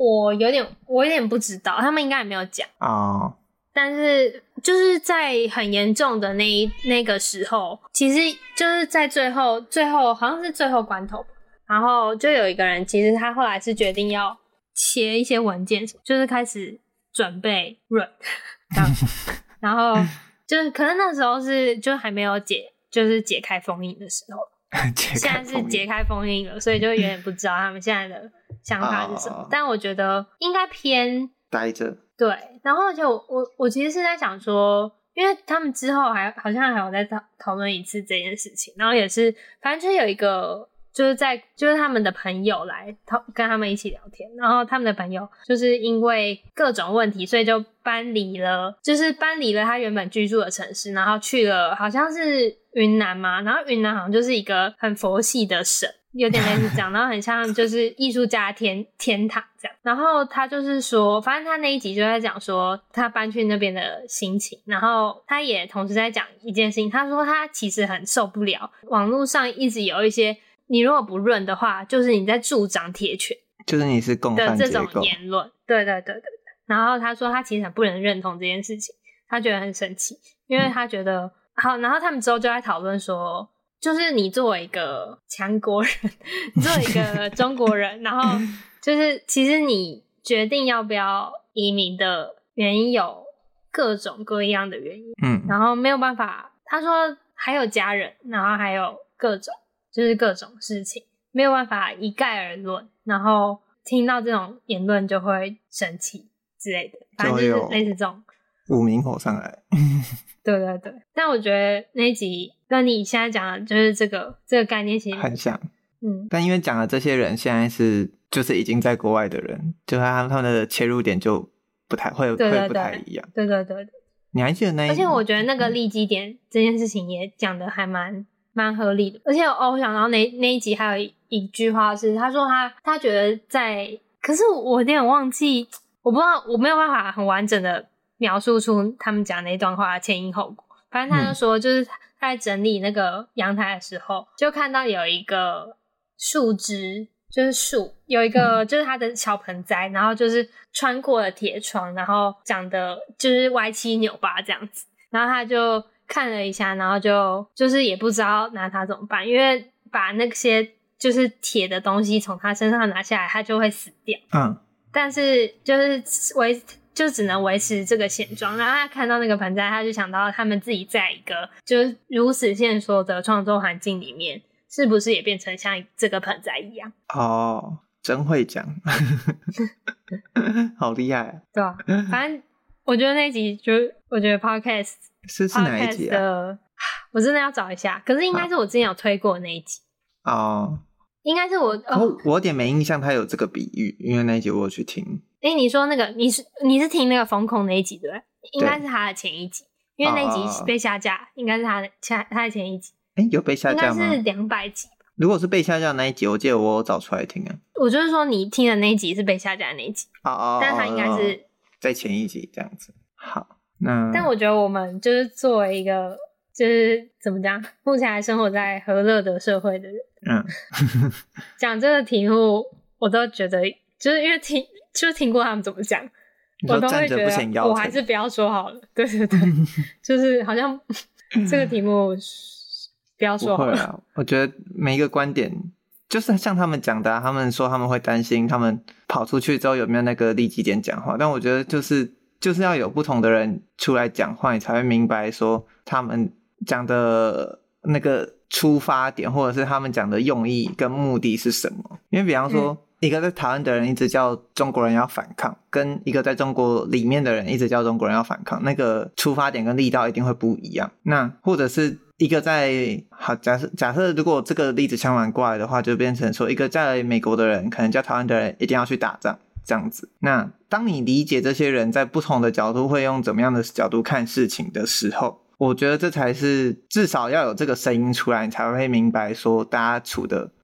Speaker 1: 我有点不知道，他们应该也没有讲
Speaker 2: 哦。
Speaker 1: 但是就是在很严重的那个时候，其实就是在最后好像是最后关头，然后就有一个人，其实他后来是决定要切一些文件，就是开始准备润然后就是可能那时候是就还没有解开封印的时候，现在是解开封印了，所以就有点不知道他们现在的想法是什么。但我觉得应该偏
Speaker 2: 待着。
Speaker 1: 对，然后而且我其实是在想说，因为他们之后好像还有在讨论一次这件事情，然后也是反正就是有一个就是他们的朋友来跟他们一起聊天，然后他们的朋友就是因为各种问题，所以就搬离了他原本居住的城市，然后去了好像是云南嘛，然后云南好像就是一个很佛系的省，有点类似这样，然后很像就是艺术家天堂这样。然后他就是说，反正他那一集就在讲说他搬去那边的心情，然后他也同时在讲一件事情，他说他其实很受不了网络上一直有一些你如果不润的话，就是你在助长铁拳，
Speaker 2: 就是你是共犯
Speaker 1: 的这种言论。对。然后他说他其实很不能认同这件事情，他觉得很生气，因为他觉得好，然后他们之后就在讨论说，就是你作为一个强国人，你作为一个中国人，然后就是其实你决定要不要移民的原因有各种各样的原因，然后没有办法，他说还有家人，然后还有各种事情，没有办法一概而论，然后听到这种言论就会生气之类的，反正就是类似这种
Speaker 2: 五明火上来。
Speaker 1: 对，但我觉得那一集跟你现在讲的就是这个概念其实
Speaker 2: 很像。但因为讲的这些人现在就是已经在国外的人，就他们的切入点就不太会不太一样。对，你还记得那一集？而
Speaker 1: 且我觉得那个立基点这件事情也讲得还蛮合理的。而且我想到那一集还有一句话是他说他觉得可是我有点忘记，我不知道，我没有办法很完整的描述出他们讲那段话的前因后果。反正他就说就是他在整理那个阳台的时候，就看到有一个树枝，就是树有一个就是他的小盆栽，然后就是穿过了铁窗，然后长得就是歪七扭八这样子，然后他就看了一下，然后就是也不知道拿它怎么办，因为把那些就是铁的东西从他身上拿下来，他就会死掉。但是就只能维持这个现状。然后他看到那个盆栽，他就想到他们自己在一个就是如此线索的创作环境里面，是不是也变成像这个盆栽一样？
Speaker 2: 哦，真会讲。好厉害。
Speaker 1: 对啊，反正我觉得那一集我觉得 podcast
Speaker 2: 是哪一集啊？
Speaker 1: 我真的要找一下，可是应该是我之前有推过的那一集。应该是我
Speaker 2: 有点没印象他有这个比喻，因为那一集我有去听。
Speaker 1: 你说那个你是听那个风控那一集对不对？应该是他的前一集，因为那一集被下架，应该是他的前一集。
Speaker 2: 有被下架吗？
Speaker 1: 应该是200集吧。
Speaker 2: 如果是被下架的那一集，我记得我有找出来听啊。
Speaker 1: 我就是说你听的那一集是被下架的那一集。但他应该是
Speaker 2: 在前一集这样子。好，
Speaker 1: 但我觉得我们就是作为一个就是怎么讲，目前还生活在和乐的社会的人，讲这个题目我都觉得就是因为听过他们怎么讲，我都会觉得我还是不要说好了。对，就是好像这个题目不要说好了。
Speaker 2: 不会啊，我觉得每一个观点就是像他们讲的他们说他们会担心他们跑出去之后有没有那个立基点讲话，但我觉得就是要有不同的人出来讲话，你才会明白说他们讲的那个出发点，或者是他们讲的用意跟目的是什么。因为比方说一个在台湾的人一直叫中国人要反抗，跟一个在中国里面的人一直叫中国人要反抗，那个出发点跟力道一定会不一样。那或者是一个假设如果这个例子相反过来的话，就变成说一个在美国的人可能叫台湾的人一定要去打仗这样子。那当你理解这些人在不同的角度会用怎么样的角度看事情的时候，我觉得这才是至少要有这个声音出来，你才会明白说大家处的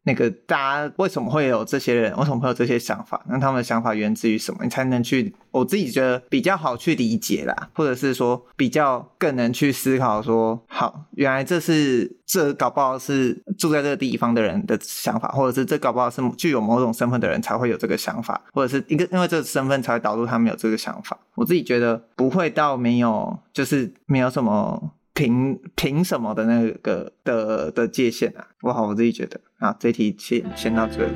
Speaker 2: 那个大家为什么会有这些人，为什么会有这些想法，那他们的想法源自于什么，你才能去，我自己觉得比较好去理解啦，或者是说比较更能去思考说，好，原来这搞不好是住在这个地方的人的想法，或者是这搞不好是具有某种身份的人才会有这个想法，或者是因为这个身份才会导致他们有这个想法。我自己觉得不会到没有，就是没有什么凭什么的那个的界限啊。我自己觉得啊，这题先到这里。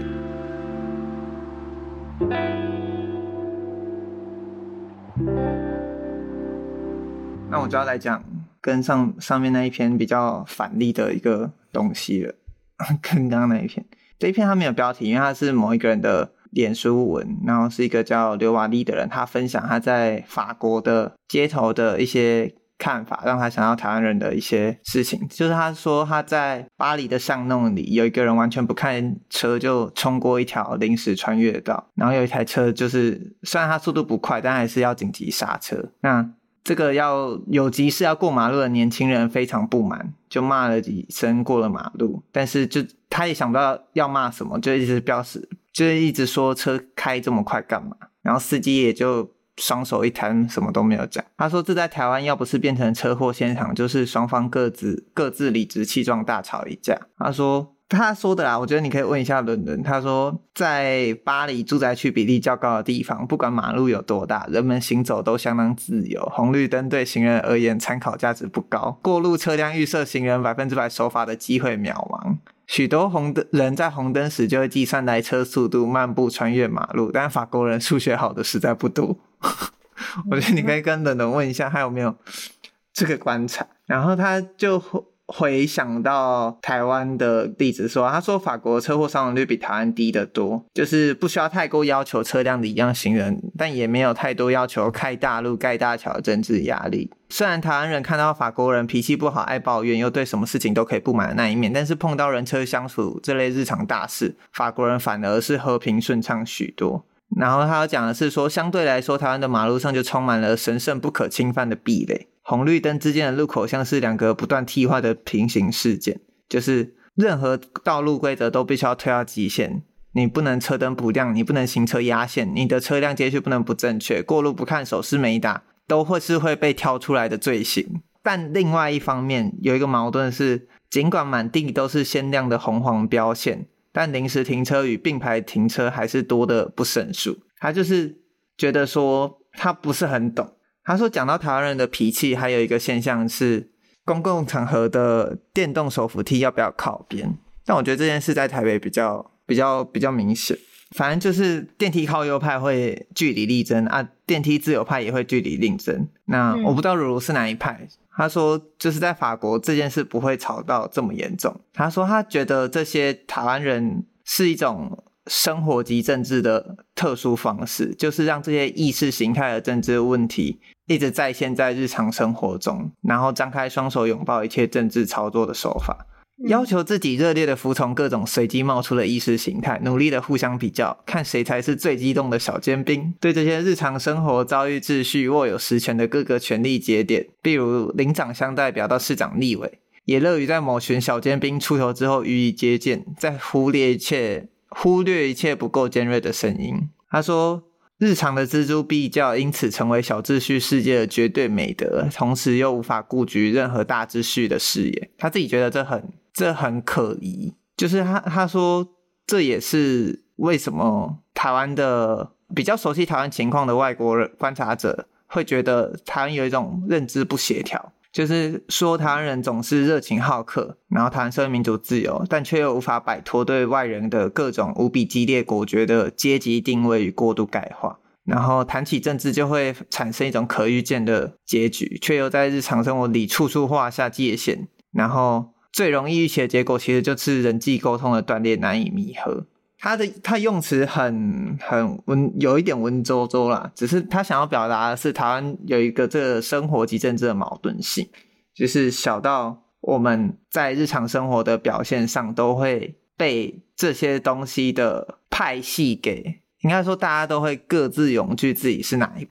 Speaker 2: 那我就要来讲跟上面那一篇比较反例的一个东西了，跟刚刚那一篇。这一篇它没有标题，因为它是某一个人的脸书文，然后是一个叫刘瓦利的人，他分享他在法国的街头的一些看法，让他想到台湾人的一些事情。就是他说他在巴黎的巷弄里有一个人完全不看车就冲过一条临时穿越道，然后有一台车就是虽然他速度不快，但还是要紧急刹车。那这个有急事要过马路的年轻人非常不满，就骂了几声过了马路，但是就他也想不到要骂什么，就一直标示，就是一直说车开这么快干嘛，然后司机也就双手一摊，什么都没有讲。他说这在台湾要不是变成车祸现场，就是双方各自理直气壮大吵一架。他说的啦，我觉得你可以问一下伦伦。他说在巴黎住宅区比例较高的地方，不管马路有多大，人们行走都相当自由，红绿灯对行人而言参考价值不高，过路车辆预设行人100%守法的机会渺茫，许多人在红灯时就会计算来车速度漫步穿越马路，但法国人数学好的实在不多。我觉得你可以跟伦伦问一下他有没有这个观察。然后他就回想到台湾的例子说，他说法国车祸伤亡率比台湾低得多，就是不需要太过要求车辆礼让行人，但也没有太多要求开大路盖大桥的政治压力。虽然台湾人看到法国人脾气不好爱抱怨又对什么事情都可以不满的那一面，但是碰到人车相处这类日常大事，法国人反而是和平顺畅许多。然后他要讲的是说，相对来说台湾的马路上就充满了神圣不可侵犯的壁垒，红绿灯之间的路口像是两个不断替换的平行事件，就是任何道路规则都必须要推到极限，你不能车灯不亮，你不能行车压线，你的车辆接续不能不正确，过路不看手势没打都会被挑出来的罪行。但另外一方面有一个矛盾是，尽管满地都是鲜亮的红黄标线，但临时停车与并排停车还是多的不胜数。他就是觉得说他不是很懂。他说讲到台湾人的脾气，还有一个现象是公共场合的电动手扶梯要不要靠边，但我觉得这件事在台北比较明显。反正就是电梯靠右派会据理力争啊，电梯自由派也会据理力争。那我不知道如是哪一派。他说就是在法国这件事不会吵到这么严重。他说他觉得这些台湾人是一种生活及政治的特殊方式，就是让这些意识形态的政治问题一直再现在日常生活中，然后张开双手拥抱一切政治操作的手法，要求自己热烈的服从各种随机冒出的意识形态，努力的互相比较，看谁才是最激动的小尖兵。对这些日常生活遭遇秩序握有实权的各个权力节点，例如领长乡代表到市长立委，也乐于在某群小尖兵出头之后予以接见，再忽略一切不够尖锐的声音。他说日常的锱铢必较因此成为小秩序世界的绝对美德，同时又无法顾及任何大秩序的视野。他自己觉得这很可疑，就是他说这也是为什么台湾的比较熟悉台湾情况的外国观察者会觉得台湾有一种认知不协调，就是说台湾人总是热情好客，然后台湾社会民主自由，但却又无法摆脱对外人的各种无比激烈果决的阶级定位与过度概化，然后谈起政治就会产生一种可预见的结局，却又在日常生活里处处画下界限，然后最容易预期的结果其实就是人际沟通的断裂难以弥合。他用词有一点文绉绉啦，只是他想要表达的是台湾有一个这个生活及政治的矛盾性，就是小到我们在日常生活的表现上都会被这些东西的派系给，应该说大家都会各自永居自己是哪一派，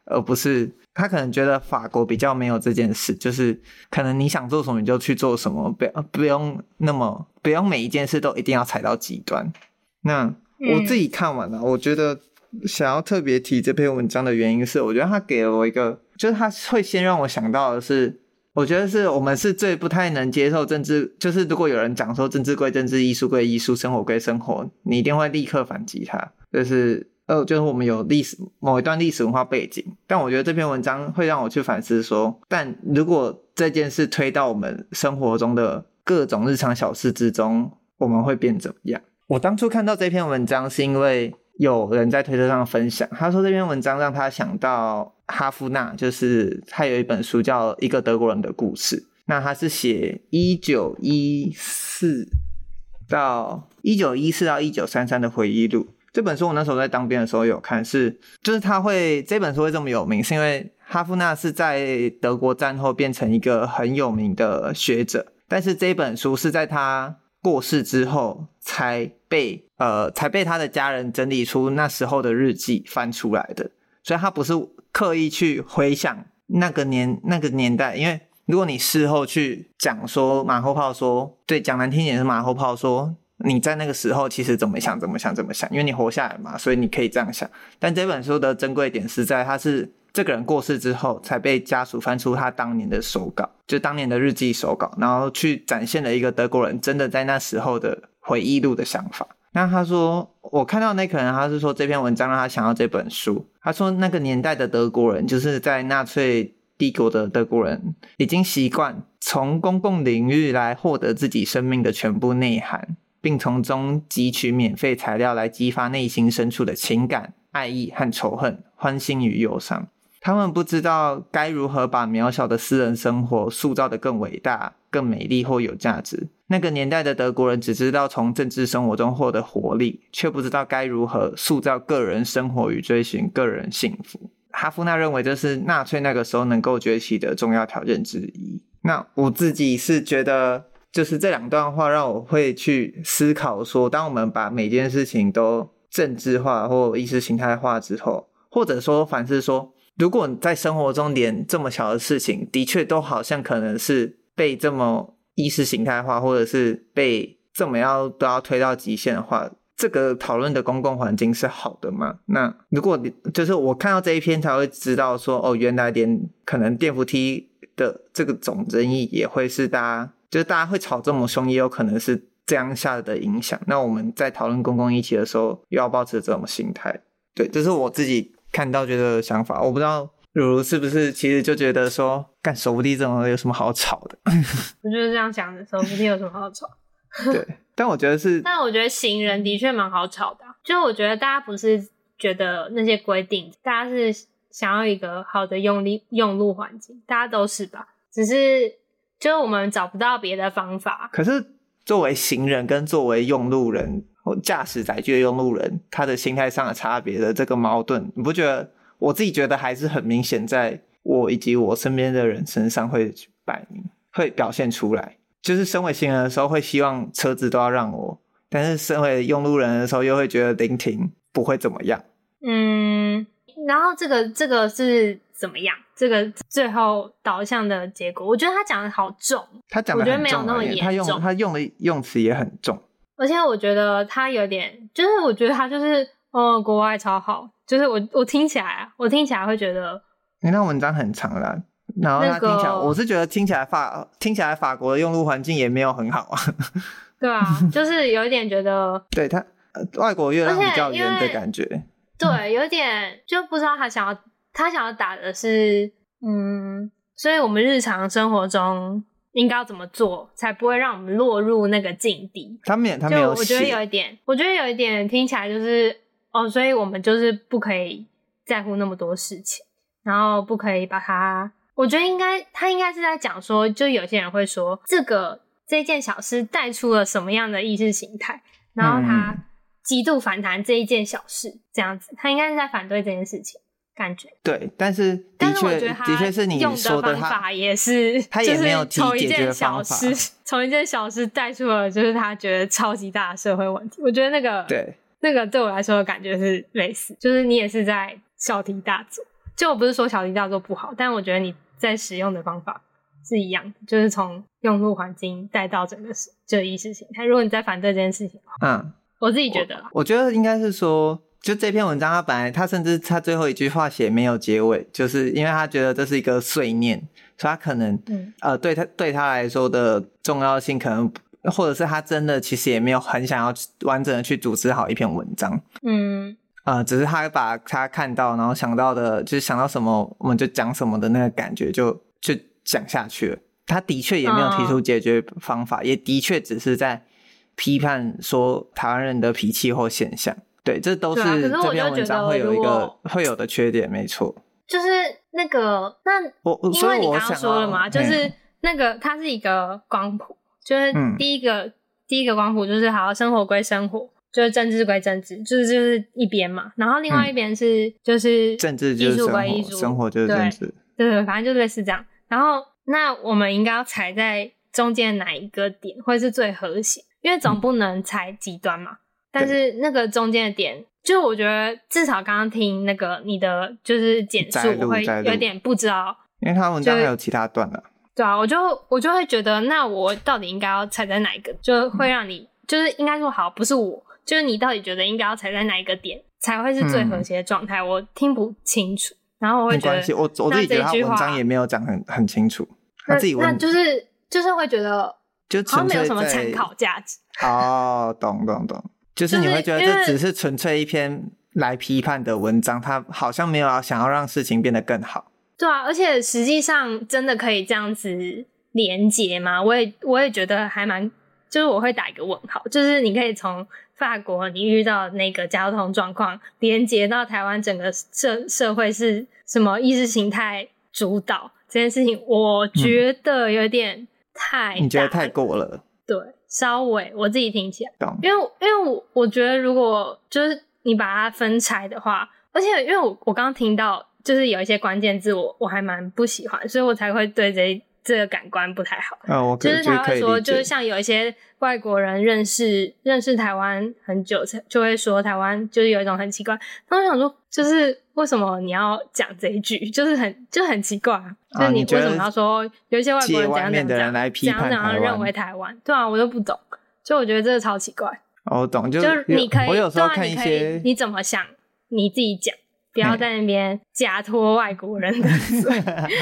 Speaker 2: 而不是他可能觉得法国比较没有这件事，就是可能你想做什么你就去做什么，不用每一件事都一定要踩到极端。那我自己看完了，我觉得想要特别提这篇文章的原因是，我觉得他给了我一个，就是他会先让我想到的是，我觉得是我们是最不太能接受政治，就是如果有人讲说政治归政治，艺术归艺术，生活归生活，你一定会立刻反击他，就是我们有某一段历史文化背景，但我觉得这篇文章会让我去反思说，但如果这件事推到我们生活中的各种日常小事之中，我们会变怎么样？我当初看到这篇文章是因为有人在推特上分享，他说这篇文章让他想到哈夫纳，就是他有一本书叫《一个德国人的故事》，那他是写1914到1933的回忆录。这本书我那时候在当兵的时候有看，就是这本书会这么有名，是因为哈夫纳是在德国战后变成一个很有名的学者，但是这本书是在他过世之后才被他的家人整理出那时候的日记翻出来的，所以他不是刻意去回想那个年代，因为如果你事后去讲说马后炮说，对，讲难听一点是马后炮说你在那个时候其实怎么想，因为你活下来嘛，所以你可以这样想。但这本书的珍贵点是在他是这个人过世之后才被家属翻出他当年的手稿，就当年的日记手稿，然后去展现了一个德国人真的在那时候的回忆录的想法。那他说，我看到那个人他是说这篇文章让他想到这本书，他说那个年代的德国人，就是在纳粹帝国的德国人，已经习惯从公共领域来获得自己生命的全部内涵，并从中汲取免费材料来激发内心深处的情感、爱意和仇恨、欢欣与忧伤。他们不知道该如何把渺小的私人生活塑造得更伟大、更美丽或有价值。那个年代的德国人只知道从政治生活中获得活力，却不知道该如何塑造个人生活与追寻个人幸福。哈夫纳认为这是纳粹那个时候能够崛起的重要条件之一。那我自己是觉得，就是这两段话让我会去思考说，当我们把每件事情都政治化或意识形态化之后，或者说反思说，如果你在生活中连这么小的事情的确都好像可能是被这么意识形态化，或者是被这么都要推到极限的话，这个讨论的公共环境是好的吗？那如果就是我看到这一篇才会知道说，原来连可能电扶梯的这个总争议也会是大家会吵这么凶，也有可能是这样下的影响。那我们在讨论公共议题的时候又要抱持这种心态。对，这是我自己看到觉得的想法。我不知道如如是不是其实就觉得说，干手扶梯这种有什么好吵的？
Speaker 1: 我就是这样想的，手扶梯有什么好吵？
Speaker 2: 对，但我觉得
Speaker 1: 行人的确蛮好吵的就我觉得大家不是觉得那些规定，大家是想要一个好的用路环境，大家都是吧，只是就是我们找不到别的方法。
Speaker 2: 可是作为行人跟作为用路人或驾驶载具的用路人，他的心态上的差别的这个矛盾，你不觉得？我自己觉得还是很明显，在我以及我身边的人身上会摆明，会表现出来。就是身为行人的时候会希望车子都要让我，但是身为用路人的时候又会觉得临停不会怎么样。
Speaker 1: 然后这个是怎么样？这个最后导向的结果，我觉得他讲的好重，
Speaker 2: 他讲的很重，我觉得没有那么严重，他用的用词也很重，
Speaker 1: 而且我觉得他有点，就是我觉得他就是国外超好，就是我听起来会觉得，
Speaker 2: 因为那文章很长啦，然后他听起来，我是觉得听起来法国的用路环境也没有很好啊。
Speaker 1: 对啊，就是有一点觉得，
Speaker 2: 对他外国月亮比较圆的感觉，
Speaker 1: 对，有点就不知道他想要打的是，所以我们日常生活中应该要怎么做才不会让我们落入那个境地？他没有写，我觉得有一点听起来就是所以我们就是不可以在乎那么多事情，然后不可以把它，我觉得他应该是在讲说，就有些人会说这件小事带出了什么样的意识形态，然后他极度反弹这一件小事，这样子，他应该是在反对这件事情。感觉对，
Speaker 2: 但是的确是你说的，
Speaker 1: 用的方法也是，
Speaker 2: 他也没有提解决方法，
Speaker 1: 从一件小事带出了就是他觉得超级大的社会问题。我觉得那个对我来说的感觉是类似，就是你也是在小题大做， 就我不是说小题大做不好，但我觉得你在使用的方法是一样的，就是从用户环境带到整个这意识形态。如果你在反对这件事情的话，我自己觉得啦，
Speaker 2: 我觉得应该是说，就这篇文章他本来他甚至他最后一句话写没有结尾，就是因为他觉得这是一个碎念，所以他可能对他来说的重要性可能，或者是他真的其实也没有很想要完整的去组织好一篇文章，只是他把他看到然后想到的，就是想到什么我们就讲什么的那个感觉就讲下去了。他的确也没有提出解决方法，也的确只是在批判说台湾人的脾气或现象。对，这都是这篇文章会有一个会有的缺点，没错。
Speaker 1: 就是那个因为你刚刚说了嘛，就是那个它是一个光谱，就是第一个光谱就是好生活归生活，就是政治归政治，就是一边嘛，然后另外一边是就是
Speaker 2: 政治就是生活，生活就是政治，
Speaker 1: 对，反正就类似这样。然后那我们应该要踩在中间哪一个点会是最和谐，因为总不能踩极端嘛，但是那个中间的点，就我觉得至少刚刚听那个你的就是简述，我会有点不知道，
Speaker 2: 因为他文章还有其他段的。
Speaker 1: 对啊，我就会觉得那我到底应该要踩在哪一个，就会让你就是应该说好，不是我，就是你到底觉得应该要踩在哪一个点才会是最和谐的状态，我听不清楚，然后我会觉得
Speaker 2: 没关系，我自己觉得他文章也没有讲很清楚，他自己
Speaker 1: 那就是会觉得
Speaker 2: 就
Speaker 1: 好像没有什么参考价值。
Speaker 2: 懂，就是你会觉得这只是纯粹一篇来批判的文章，他好像没有想要让事情变得更好。
Speaker 1: 对啊，而且实际上真的可以这样子连结吗？我也觉得还蛮，就是我会打一个问号，就是你可以从法国你遇到那个交通状况连结到台湾整个社会是什么意识形态主导这件事情，我觉得有点太大，
Speaker 2: 你觉得太过了？
Speaker 1: 对，稍微我自己听起来，因为我觉得如果就是你把它分拆的话，而且因为我刚刚听到就是有一些关键字我还蛮不喜欢，所以我才会对这个感官不太好。就是他会说，就是像有一些外国人认识台湾很久，就会说台湾就是有一种很奇怪。那我想说，就是为什么你要讲这一句，就很奇怪啊！就是你为什么要说有一些外国人怎样认为台湾？对啊，我就不懂。就我觉得这个超奇怪。
Speaker 2: 我懂，
Speaker 1: 就是你可以，
Speaker 2: 我有时候看一些，
Speaker 1: 你怎么想你自己讲。不要在那边假托外国人的罪。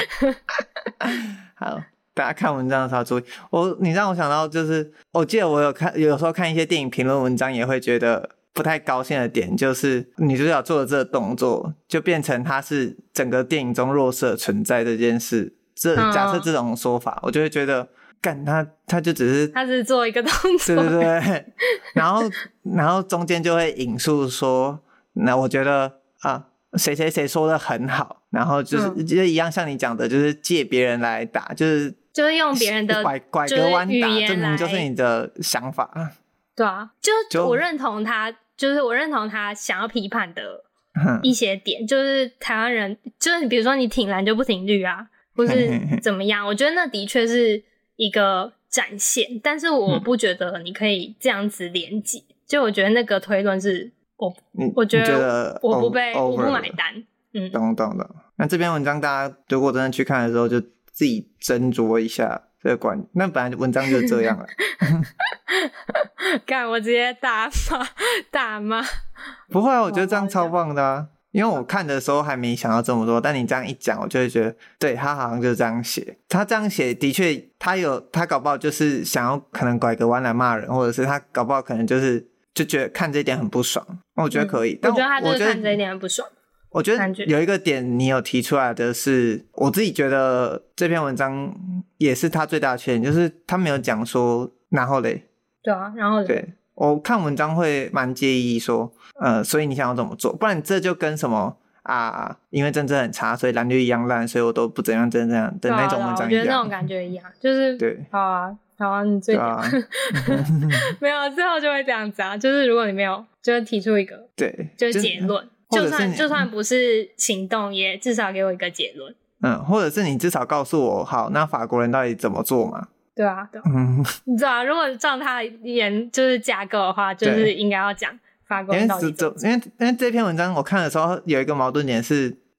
Speaker 2: 好，大家看文章的时候注意。你让我想到，就是我记得我有时候看一些电影评论文章，也会觉得不太高兴的点，就是女主角做的这个动作，就变成她是整个电影中弱势的存在这件事。假设这种说法，我就会觉得，干他就只是
Speaker 1: 他是做一个动作，
Speaker 2: 对，然后中间就会引述说，那我觉得谁谁谁说的很好，然后就一样像你讲的，就是借别人来打，就是
Speaker 1: 用别人的
Speaker 2: 拐个弯打，这明明就是你的想法。
Speaker 1: 对啊，就我认同他，就是我认同他想要批判的一些点，就是台湾人，就是比如说你挺蓝就不挺绿啊，或是怎么样，我觉得那的确是一个展现，但是我不觉得你可以这样子连结，就我觉得那个推论是。我觉得我不买单。
Speaker 2: 懂。那这篇文章大家如果真的去看的时候，就自己斟酌一下这个观点。那本来文章就是这样了。
Speaker 1: 干，我直接大骂。
Speaker 2: 不会啊，我觉得这样超棒的啊。因为我看的时候还没想到这么多，但你这样一讲，我就会觉得，对，他好像就是这样写。他这样写的确，他搞不好就是想要可能拐个弯来骂人，或者是他搞不好可能就觉得看这一点很不爽，我觉得可以。但
Speaker 1: 我觉得他就是看这一点很不爽。
Speaker 2: 我觉得有一个点你有提出来的是，我自己觉得这篇文章也是他最大的缺点，就是他没有讲说然后嘞。
Speaker 1: 对啊，然后嘞。对，
Speaker 2: 我看文章会蛮介意说，所以你想要怎么做？不然这就跟什么因为政治很差，所以蓝绿一样烂，所以我都不怎样的那种文章一样。我
Speaker 1: 觉得那种感觉一样，就是
Speaker 2: 对，
Speaker 1: 好啊，你最屌。没有，最后就会这样子啊，就是如果你没有，就是提出一个，
Speaker 2: 对，
Speaker 1: 就是结论，就算不是行动，也至少给我一个结论。
Speaker 2: 或者是你至少告诉我，好，那法国人到底怎么做嘛？
Speaker 1: 对啊，你知道啊，如果照他就是架构的话，就是应该要讲法国人到底怎么做。
Speaker 2: 因为这篇文章我看的时候有一个矛盾点是，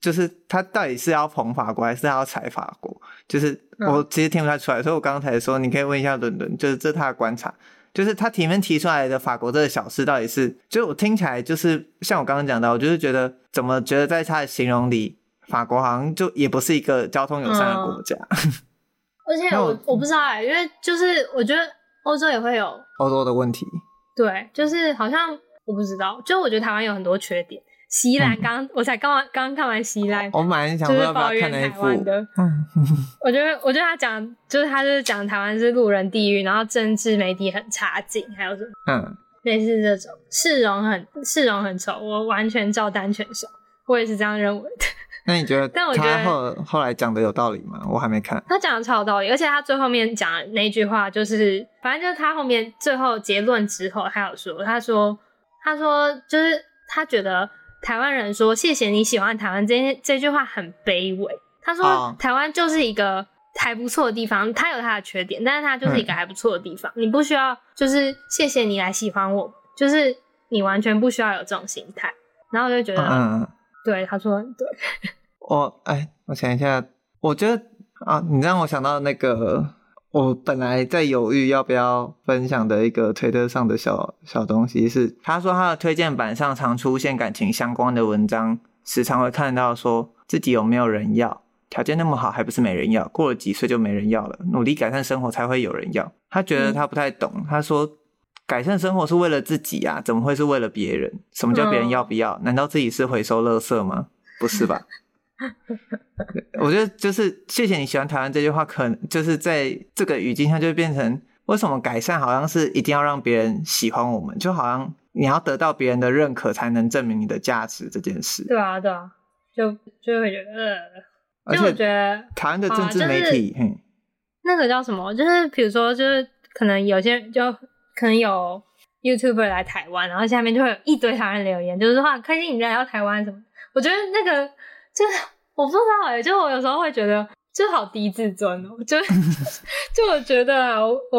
Speaker 2: 就是他到底是要捧法国还是他要踩法国，就是我其实听不太出来，所以我刚才说你可以问一下伦敦，就是这是他的观察，就是他里面提出来的法国这个小事到底是，就是我听起来就是像我刚刚讲到，我就是觉得怎么觉得在他的形容里法国好像就也不是一个交通友善的国家。
Speaker 1: 而且我不知道因为就是我觉得欧洲也会有
Speaker 2: 欧洲的问题，
Speaker 1: 对，就是好像我不知道，就我觉得台湾有很多缺点。西兰我才刚看完西兰，
Speaker 2: 我蛮想说要不要看那一部
Speaker 1: 的。我觉得他讲就是讲台湾是路人地狱，然后政治媒体很差劲，还有什么类似这种市容很丑，我完全照单全收，我也是这样认为的。
Speaker 2: 那你觉得他后来讲的有道理吗？我还没看。
Speaker 1: 他讲的超有道理，而且他最后面讲的那句话就是，反正就是他后面最后结论之后，他有说，他说就是他觉得台湾人说谢谢你喜欢台湾这句话很卑微。他说台湾就是一个还不错的地方，它有它的缺点，但是它就是一个还不错的地方，你不需要就是谢谢你来喜欢我，就是你完全不需要有这种心态。然后我就觉得对，他说很对。
Speaker 2: 我想一下，我觉得你让我想到那个我本来在犹豫要不要分享的一个推特上的小东西是，他说他的推荐板上常出现感情相关的文章，时常会看到说自己有没有人要，条件那么好还不是没人要，过了几岁就没人要了，努力改善生活才会有人要。他觉得他不太懂，他说改善生活是为了自己啊，怎么会是为了别人？什么叫别人要不要？难道自己是回收垃圾吗？不是吧？我觉得就是谢谢你喜欢台湾这句话，可能就是在这个语境下就会变成为什么改善好像是一定要让别人喜欢我们，就好像你要得到别人的认可才能证明你的价值这件事。
Speaker 1: 对啊就会觉得
Speaker 2: 而且
Speaker 1: 我觉得
Speaker 2: 台湾的政治媒体、
Speaker 1: 那个叫什么，就是比如说就是可能有些就可能有 YouTuber 来台湾，然后下面就会有一堆台湾留言，就是说开心你来到台湾什么。我觉得那个就是我不知道就我有时候会觉得就好低自尊就我觉得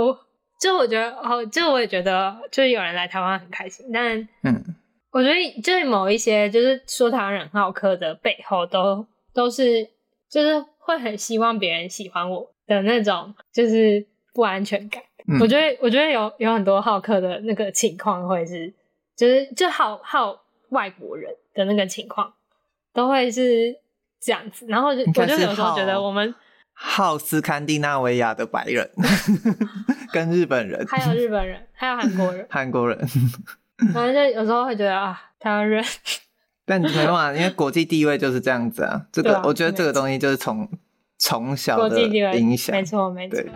Speaker 1: 我也觉得就是有人来台湾很开心，但我觉得就是某一些就是说台湾人很好客的背后都是就是会很希望别人喜欢我的那种就是不安全感。我觉得有很多好客的那个情况会是就好外国人的那个情况都会是这样子，然后我就有时候觉得我们
Speaker 2: 好斯堪的纳维亚的白人跟日本人
Speaker 1: 还有日本人还有韩国人反正就有时候会觉得台湾人
Speaker 2: 但没办法，因为国际地位就是这样子啊，这个我觉得这个东西就是从小的影响，
Speaker 1: 没错对。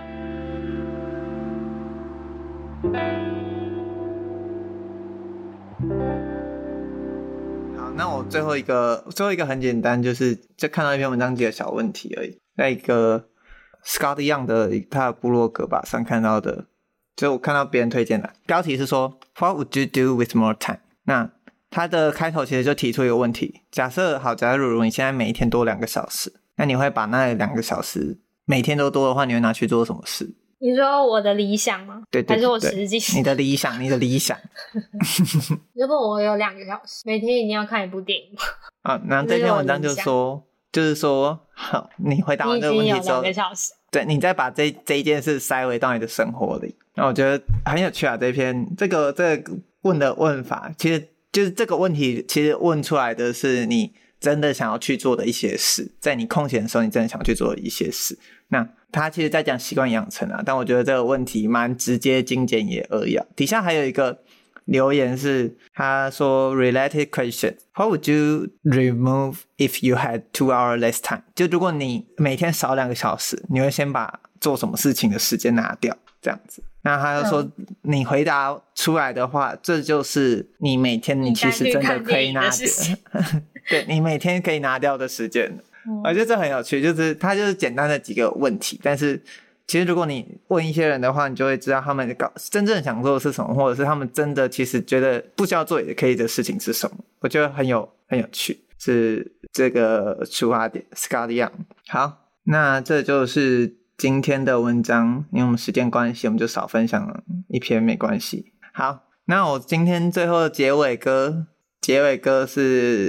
Speaker 2: 好，那我最后一个很简单，就看到一篇文章几个小问题而已，在一个 Scott Young 的他的部落格吧上看到的，就我看到别人推荐的，标题是说 What would you do with more time？ 那他的开头其实就提出一个问题，假如你现在每一天多2个小时，那你会把那2个小时每天都多的话，你会拿去做什么事？你
Speaker 1: 说我的理想吗？
Speaker 2: 对，
Speaker 1: 还是我实际？
Speaker 2: 你的理想
Speaker 1: 如果我有2个小时，每天一定要看一部电影
Speaker 2: 那这篇文章就是说好，你回答完这个问题之后，
Speaker 1: 你已经有2个小时，
Speaker 2: 对，你再把这一件事塞回到你的生活里。那我觉得很有趣啊，这个问的问法，其实就是这个问题其实问出来的是你真的想要去做的一些事，在你空闲的时候你真的想要去做的一些事。那他其实在讲习惯养成啊，但我觉得这个问题蛮直接、精简也扼要。底下还有一个留言是他说 related question What would you remove if you had 2 hours less time？ 就如果你每天少2个小时，你会先把做什么事情的时间拿掉这样子。那他就说你回答出来的话，这就是你每天你其实真的可以拿掉对，你每天可以拿掉的时间。我觉得这很有趣，就是它就是简单的几个问题，但是其实如果你问一些人的话，你就会知道他们真正想做的是什么，或者是他们真的其实觉得不需要做也可以的事情是什么。我觉得很有趣，是这个出发点 Scott Young。 好，那这就是今天的文章，因为我们时间关系我们就少分享一篇没关系。好，那我今天最后的结尾歌是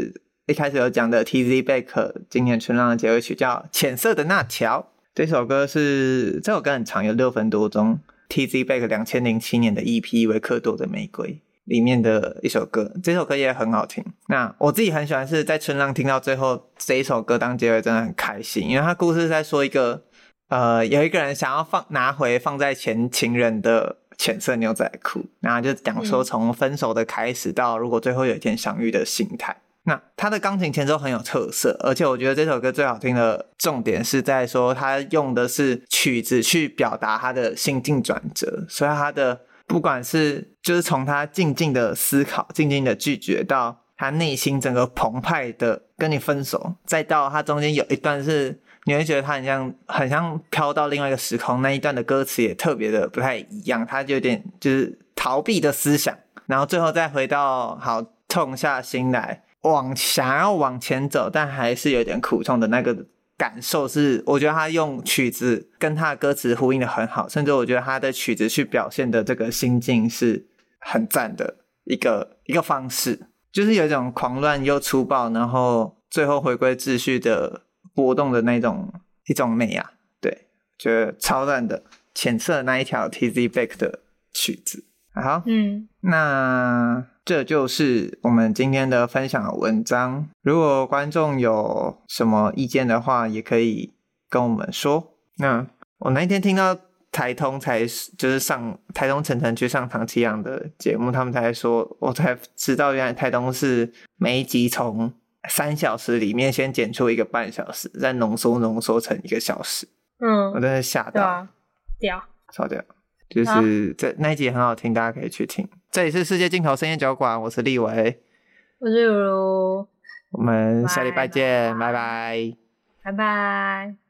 Speaker 2: 一开始有讲的 TZ Back 今年春浪的结尾曲叫浅色的那条，这首歌很长，有6分多钟， TZ Back 2007年的 EP 维克多的玫瑰里面的一首歌，这首歌也很好听。那我自己很喜欢是在春浪听到最后这一首歌当结尾真的很开心，因为他故事在说一个有一个人想要拿回放在前情人的浅色牛仔裤，然后就讲说从分手的开始到如果最后有一天相遇的心态。那他的钢琴前奏很有特色，而且我觉得这首歌最好听的重点是在说他用的是曲子去表达他的心境转折，所以他的不管是就是从他静静的思考静静的拒绝到他内心整个澎湃的跟你分手，再到他中间有一段是你会觉得他很像飘到另外一个时空，那一段的歌词也特别的不太一样，他就有点就是逃避的思想，然后最后再回到好痛下心来想要往前走但还是有点苦痛的那个感受，是我觉得他用曲子跟他的歌词呼应的很好，甚至我觉得他的曲子去表现的这个心境是很赞的一个方式，就是有一种狂乱又粗暴然后最后回归秩序的波动的一种美啊，对，觉得超赞的，浅色那一条 TZ Back 的曲子。好，那这就是我们今天的分享的文章，如果观众有什么意见的话也可以跟我们说。那我那一天听到台通就是上台东晨晨去上唐綺阳的节目，他们才说我才知道原来台东是每一集从3小时里面先剪出1个半小时，再浓缩成1个小时。我真的吓到。
Speaker 1: 对啊，屌，
Speaker 2: 超屌，就是那一集很好听，大家可以去听。这里是世界尽头深夜酒馆，我是立维，
Speaker 1: 我是如如，
Speaker 2: 我们下礼拜见，拜拜，
Speaker 1: 拜拜。